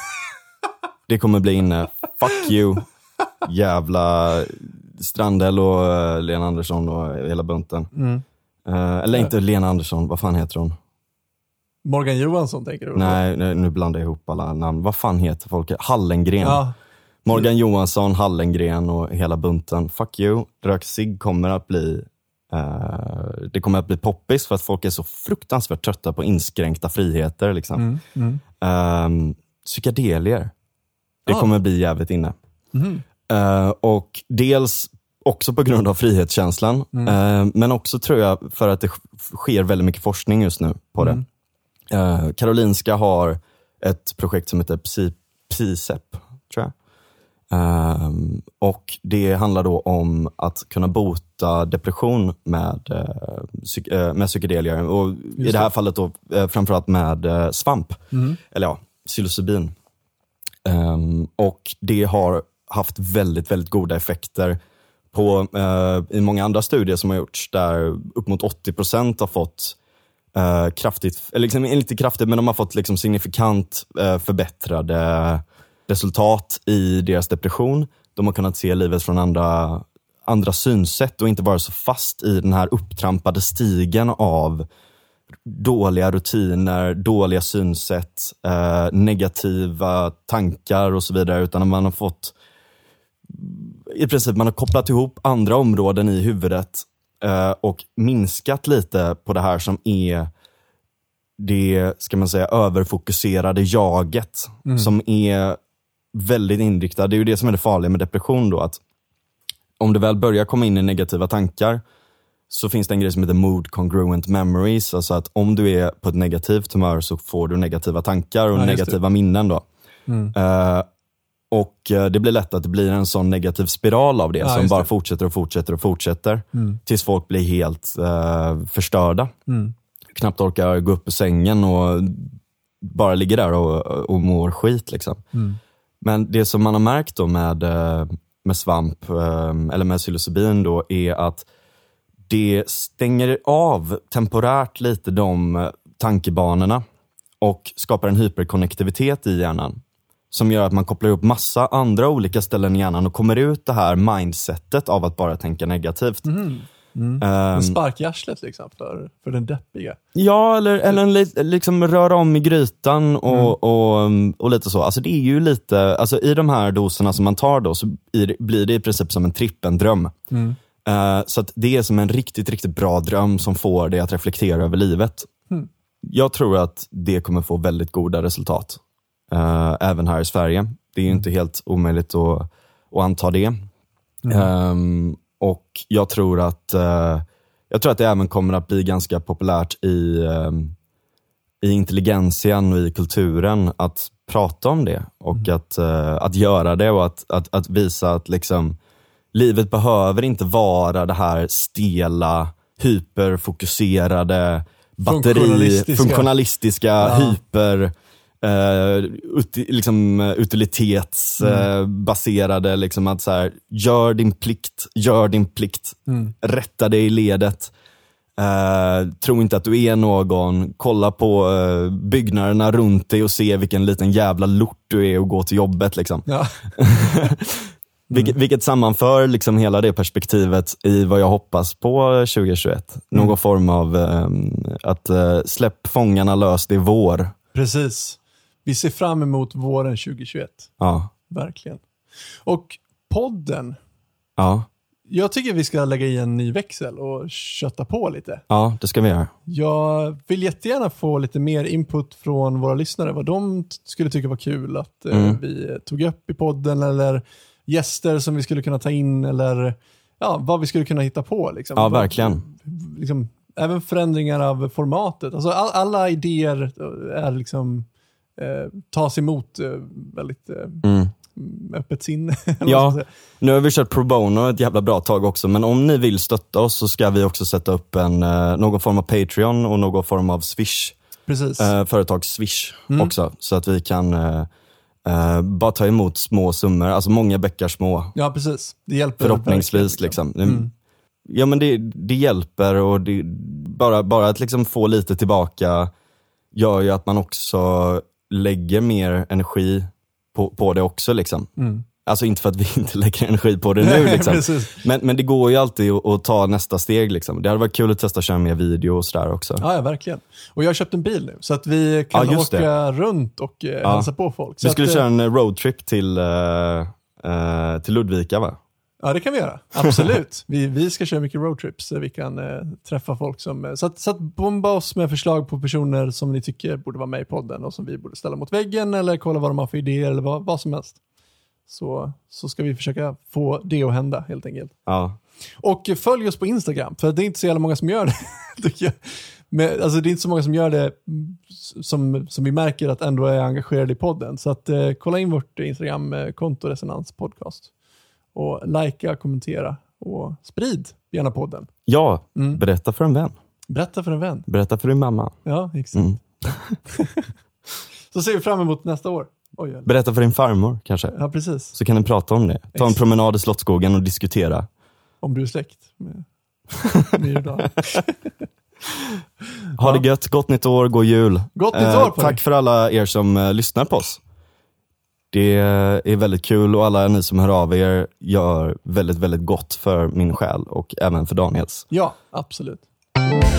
Det kommer bli inne. Fuck you. Jävla Strandell och uh, Lena Andersson och hela bunten. Mm. Uh, eller inte Lena Andersson, vad fan heter hon? Morgan Johansson tänker du? Nej, nu blandar jag ihop alla namn. Vad fan heter folk? Hallengren. Ja. Morgan Johansson, Hallengren och hela bunten. Fuck you. Rök cigg kommer att bli uh, det kommer att bli poppis för att folk är så fruktansvärt trötta på inskränkta friheter liksom. Mm, mm. Uh, psykedelier. Det ah. kommer bli jävligt inne. Mm. Uh, och dels också på grund av frihetskänslan. Mm. Uh, men också tror jag för att det sker väldigt mycket forskning just nu på mm. det. Uh, Karolinska har ett projekt som heter Psi- Psicep, tror jag. Um, och det handlar då om att kunna bota depression med, uh, psyk- uh, med psykedelier. Och just i det här det. fallet då uh, framförallt med uh, svamp. Mm. Eller ja, psilocybin. Um, och det har haft väldigt, väldigt goda effekter på, uh, i många andra studier som har gjorts där upp mot åttio procent har fått uh, kraftigt, eller liksom, inte kraftigt, men de har fått liksom signifikant uh, förbättrade resultat i deras depression. De har kunnat se livet från andra, andra synsätt och inte vara så fast i den här upptrampade stigen av dåliga rutiner, dåliga synsätt, eh, negativa tankar och så vidare, utan man har fått i princip man har kopplat ihop andra områden i huvudet eh, och minskat lite på det här som är det, ska man säga, överfokuserade jaget mm. som är väldigt inriktad. Det är ju det som är det farliga med depression då, att om du väl börjar komma in i negativa tankar så finns det en grej som heter mood congruent memories. Alltså att om du är på ett negativt humör så får du negativa tankar och ja, negativa minnen då. Mm. Uh, och uh, det blir lätt att det blir en sån negativ spiral av det ja, som bara det. fortsätter och fortsätter och fortsätter mm. tills folk blir helt uh, förstörda. Mm. Knappt orkar gå upp ur sängen och bara ligger där och, och mår skit liksom. Mm. Men det som man har märkt då med, med svamp eller med psilocybin då är att det stänger av temporärt lite de tankebanorna och skapar en hyperkonnektivitet i hjärnan som gör att man kopplar upp massa andra olika ställen i hjärnan och kommer ut det här mindsetet av att bara tänka negativt. Mm. Mm. Um, en spark i arslet liksom för, för den deppiga. Ja, eller, eller en, liksom röra om i grytan och, mm. och, och lite så. Alltså det är ju lite, alltså i de här doserna som man tar då så blir det i princip som en trippendröm. Mm. Uh, så att det är som en riktigt, riktigt bra dröm som får dig att reflektera över livet. Mm. Jag tror att det kommer få väldigt goda resultat. Uh, även här i Sverige. Det är ju mm. inte helt omöjligt att, att anta det. Mm. Um, Och jag tror att uh, jag tror att det även kommer att bli ganska populärt i, um, i intelligentian och i kulturen att prata om det. Och mm. att, uh, att göra det och att, att, att visa att liksom, livet behöver inte vara det här stela, hyperfokuserade, batteri, funktionalistiska, funktionalistiska ja. hyper... Uh, ut, liksom, utilitetsbaserade mm. uh, liksom att så här, gör din plikt, gör din plikt, mm. rätta dig i ledet, uh, tro inte att du är någon, kolla på uh, byggnaderna runt dig och se vilken liten jävla lort du är och gå till jobbet liksom. Ja. mm. vilket, vilket sammanför liksom hela det perspektivet i vad jag hoppas på tjugohundratjugoett. Mm. Någon form av um, att uh, släpp fångarna lös, det är vår. Precis. Vi ser fram emot våren tjugohundratjugoett. Ja. Verkligen. Och podden. Ja. Jag tycker vi ska lägga i en ny växel och kötta på lite. Ja, det ska vi göra. Jag vill jättegärna få lite mer input från våra lyssnare. Vad de skulle tycka var kul att mm. eh, vi tog upp i podden. Eller gäster som vi skulle kunna ta in. Eller ja, vad vi skulle kunna hitta på. Liksom. Ja, verkligen. Liksom, även förändringar av formatet. Alltså all, alla idéer är liksom... Eh, tas emot eh, väldigt eh, mm. öppet sinne. Ja, nu har vi kört pro bono ett jävla bra tag också, men om ni vill stötta oss så ska vi också sätta upp en, eh, någon form av Patreon och någon form av Swish. Precis. Eh, företags Swish mm. också, så att vi kan eh, eh, bara ta emot små summor, alltså många bäckar små. Ja, precis. Det hjälper förhoppningsvis liksom. Mm. Ja, men det, det hjälper och det, bara, bara att liksom få lite tillbaka gör ju att man också lägger mer energi på, på det också liksom. Mm. Alltså inte för att vi inte lägger energi på det nu liksom. men, men det går ju alltid att, att ta nästa steg liksom. Det hade varit kul att testa att köra mer video och sådär också. Ja, ja, verkligen. Och jag har köpt en bil nu så att vi kan ja, åka det. runt och eh, ja. hälsa på folk. Så vi skulle att, köra en roadtrip till, uh, uh, till Ludvika, va? Ja, det kan vi göra. Absolut. vi, vi ska köra mycket roadtrips så vi kan eh, träffa folk som... Så att, så att bomba oss med förslag på personer som ni tycker borde vara med i podden och som vi borde ställa mot väggen eller kolla vad de har för idéer eller vad, vad som helst. Så, så ska vi försöka få det att hända helt enkelt. Ja. Och följ oss på Instagram, för det är inte så jävla många som gör det. Men, alltså det är inte så många som gör det som, som vi märker att ändå är engagerade i podden. Så att eh, kolla in vårt Instagram-konto Resonans Podcast. Och likea, kommentera och sprid gärna podden. Ja, mm. berätta för en vän. Berätta för en vän. Berätta för din mamma. Ja, exakt. Mm. Så ser vi fram emot nästa år. Oj, berätta för din farmor kanske. Ja, precis. Så kan ni prata om det. Ta exakt. en promenad i Slottsskogen och diskutera. Om du är släkt med Myrdal. Ha det gött, gott nytt år, god jul. Gott nytt år på eh, Tack för alla er som eh, lyssnar på oss. Det är väldigt kul och alla ni som hör av er gör väldigt, väldigt gott för min själ och även för Daniels. Ja, absolut.